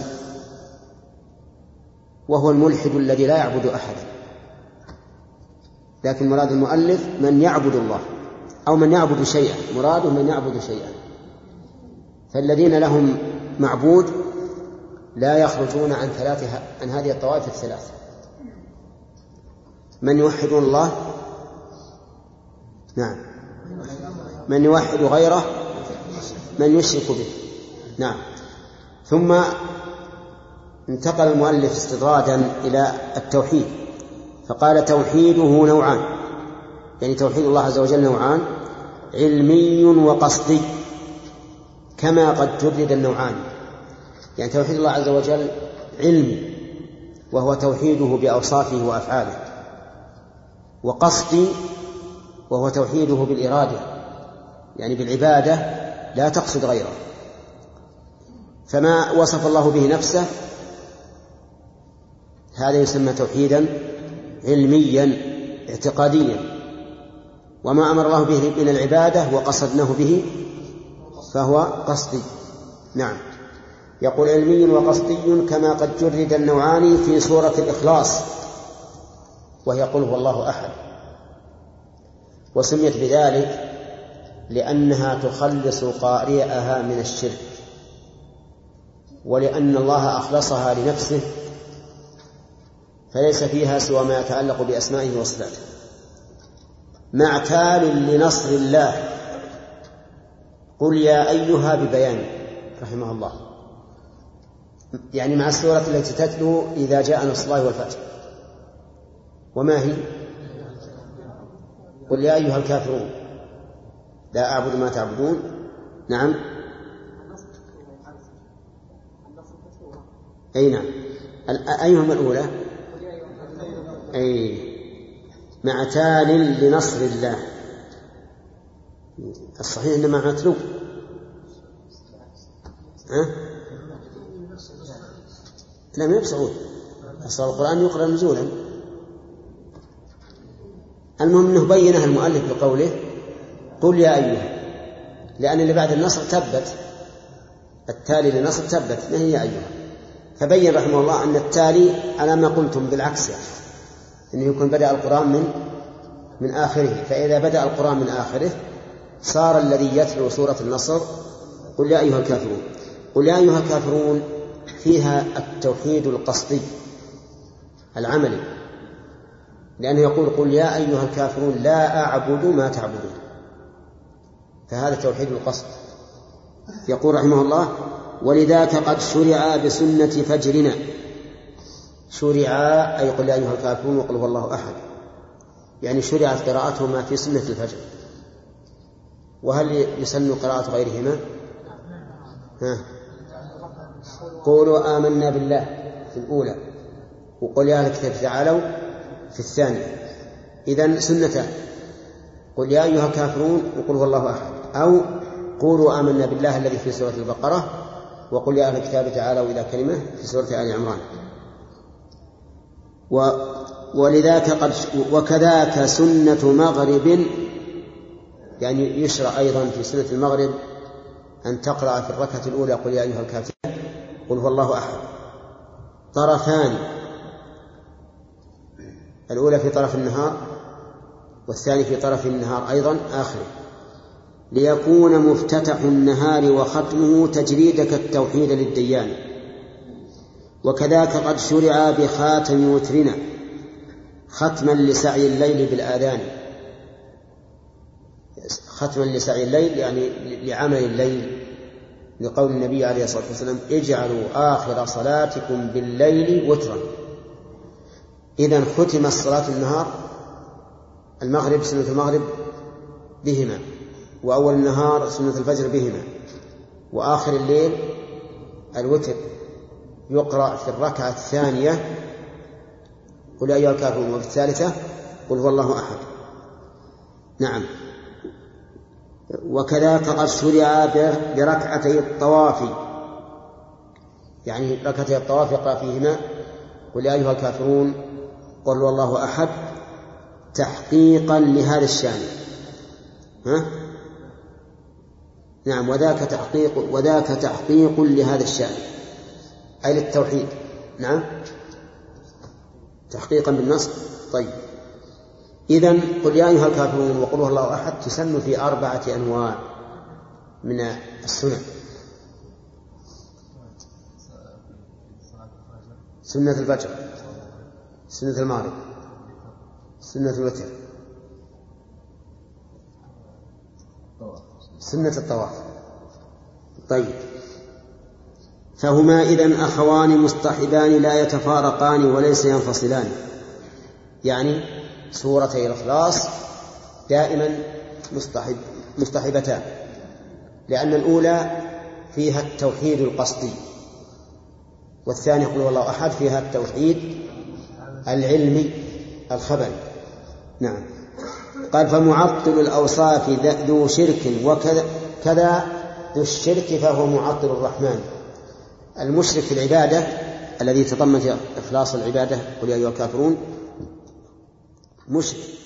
وهو الملحد الذي لا يعبد أحدا. لكن مراد المؤلف من يعبد الله أو من يعبد شيئا، مراده من يعبد شيئا. فالذين لهم معبود لا يخرجون عن هذه الطوائف الثلاث: من يوحدون الله، نعم، من يوحد غيره، من يشرك به، نعم. ثم انتقل المؤلف استطرادا إلى التوحيد، فقال توحيده نوعان، يعني توحيد الله عز وجل نوعان: علمي وقصدي، كما قد جرد النوعان. يعني توحيد الله عز وجل علمي وهو توحيده بأوصافه وأفعاله، وقصدي وهو توحيده بالإرادة، يعني بالعبادة لا تقصد غيره. فما وصف الله به نفسه هذا يسمى توحيدا علميا اعتقاديا، وما أمر الله به من العبادة وقصدناه به فهو قصدي. نعم. يقول علمي وقصدي كما قد جرد النوعان في سورة الإخلاص، وهي قل هو الله أحد، وسميت بذلك لأنها تخلص قارئها من الشرك، ولأن الله أخلصها لنفسه فليس فيها سوى ما يتعلق بأسمائه وصفاته. مع تال لنصر الله، قل يا أيها ببيان رحمه الله، يعني مع السورة التي تتلو إذا جاء نصر الله والفتح. وما هي؟ قل يا أيها الكافرون لا أعبد ما تعبدون. نعم، أي نعم. أيهما الأولى؟ أي مع تال لنصر الله. الصحيح إنما مع تلو. لا، ما يبصعون، أصل القرآن يقرأ نزولا. المهم أنه بينها المؤلف بقوله قل يا أيها، لأن اللي بعد النصر تبت، التالي لنصر تبت، ما هي أيها. فبين رحمه الله أن التالي على ما قلتم بالعكس، يعني أنه يكون بدأ القرآن من آخره، فإذا بدأ القرآن من آخره صار الذي يتلو سورة النصر قل يا أيها الكافرون. قل يا أيها الكافرون فيها التوحيد القصدي العملي، لأنه يقول قل يا أيها الكافرون لا أعبد ما تعبدون، فهذا توحيد القصد. يقول رحمه الله ولذاك قد شرع بسنة فجرنا. شرع أي قل يا أيها الكافرون وقل هو الله أحد، يعني شرعت قراءتهما في سنة الفجر. وهل يسن قراءة غيرهما؟ قولوا آمنا بالله في الأولى، وقل يا أهل الكتاب تعالوا في الثانية. إذن سنتان: قل يا أيها الكافرون وقل هو الله أحد، أو قولوا آمنا بالله الذي في سورة البقرة، وقل يا أهل الكتاب تعالوا إلى كلمة في سورة آل عمران. وكذاك سنة مغرب، يعني يشرع أيضا في سنة المغرب أن تقرأ في الركعة الأولى قل يا أيها الكافرون قل هو الله أحد طرفان، الأولى في طرف النهار والثاني في طرف النهار أيضا آخره، ليكون مفتتح النهار وختمه تجريدك التوحيد للديان. وكذاك قد شرع بخاتم وترنا ختما لسعي الليل بالآذان، ختما لسعي الليل يعني لعمل الليل، لقول النبي عليه الصلاة والسلام اجعلوا آخر صلاتكم بالليل وترا. إذن ختم الصلاة النهار المغرب سنة المغرب بهما، وأول النهار سنة الفجر بهما، وآخر الليل الوتر يقرأ في الركعة الثانية قل يا أيها الكافرون، وفي الثالثة قل هو الله أحد. نعم. وكذاك قد شرع بركعتي الطواف، يعني ركعتي الطواف يقرأ فيهما قل يا أيها الكافرون قل هو الله أحد تحقيقا لهذا الشان. نعم. وذاك تحقيق لهذا الشان أي للتوحيد. نعم تحقيقا بالنص. طيب إذن قل يا أيها الكافرون وقل هو الله أحد تسن في 4 أنواع من السنن: سنة الفجر، سنة المغرب، سنة الوتر، سنة الطواف. طيب فهما إذن أخوان مصطحبان لا يتفارقان وليس ينفصلان، يعني سورتي الإخلاص دائما مصطحبتان، لأن الأولى فيها التوحيد القصدي، والثانية قل هو الله أحد فيها التوحيد العلمي الخبري. نعم. قال فمعطل الأوصاف ذو شرك وكذا ذو الشرك فهو معطل الرحمن. المشرك في العبادة الذي تضمن إخلاص العبادة قل يا أيها الكافرون مشرك،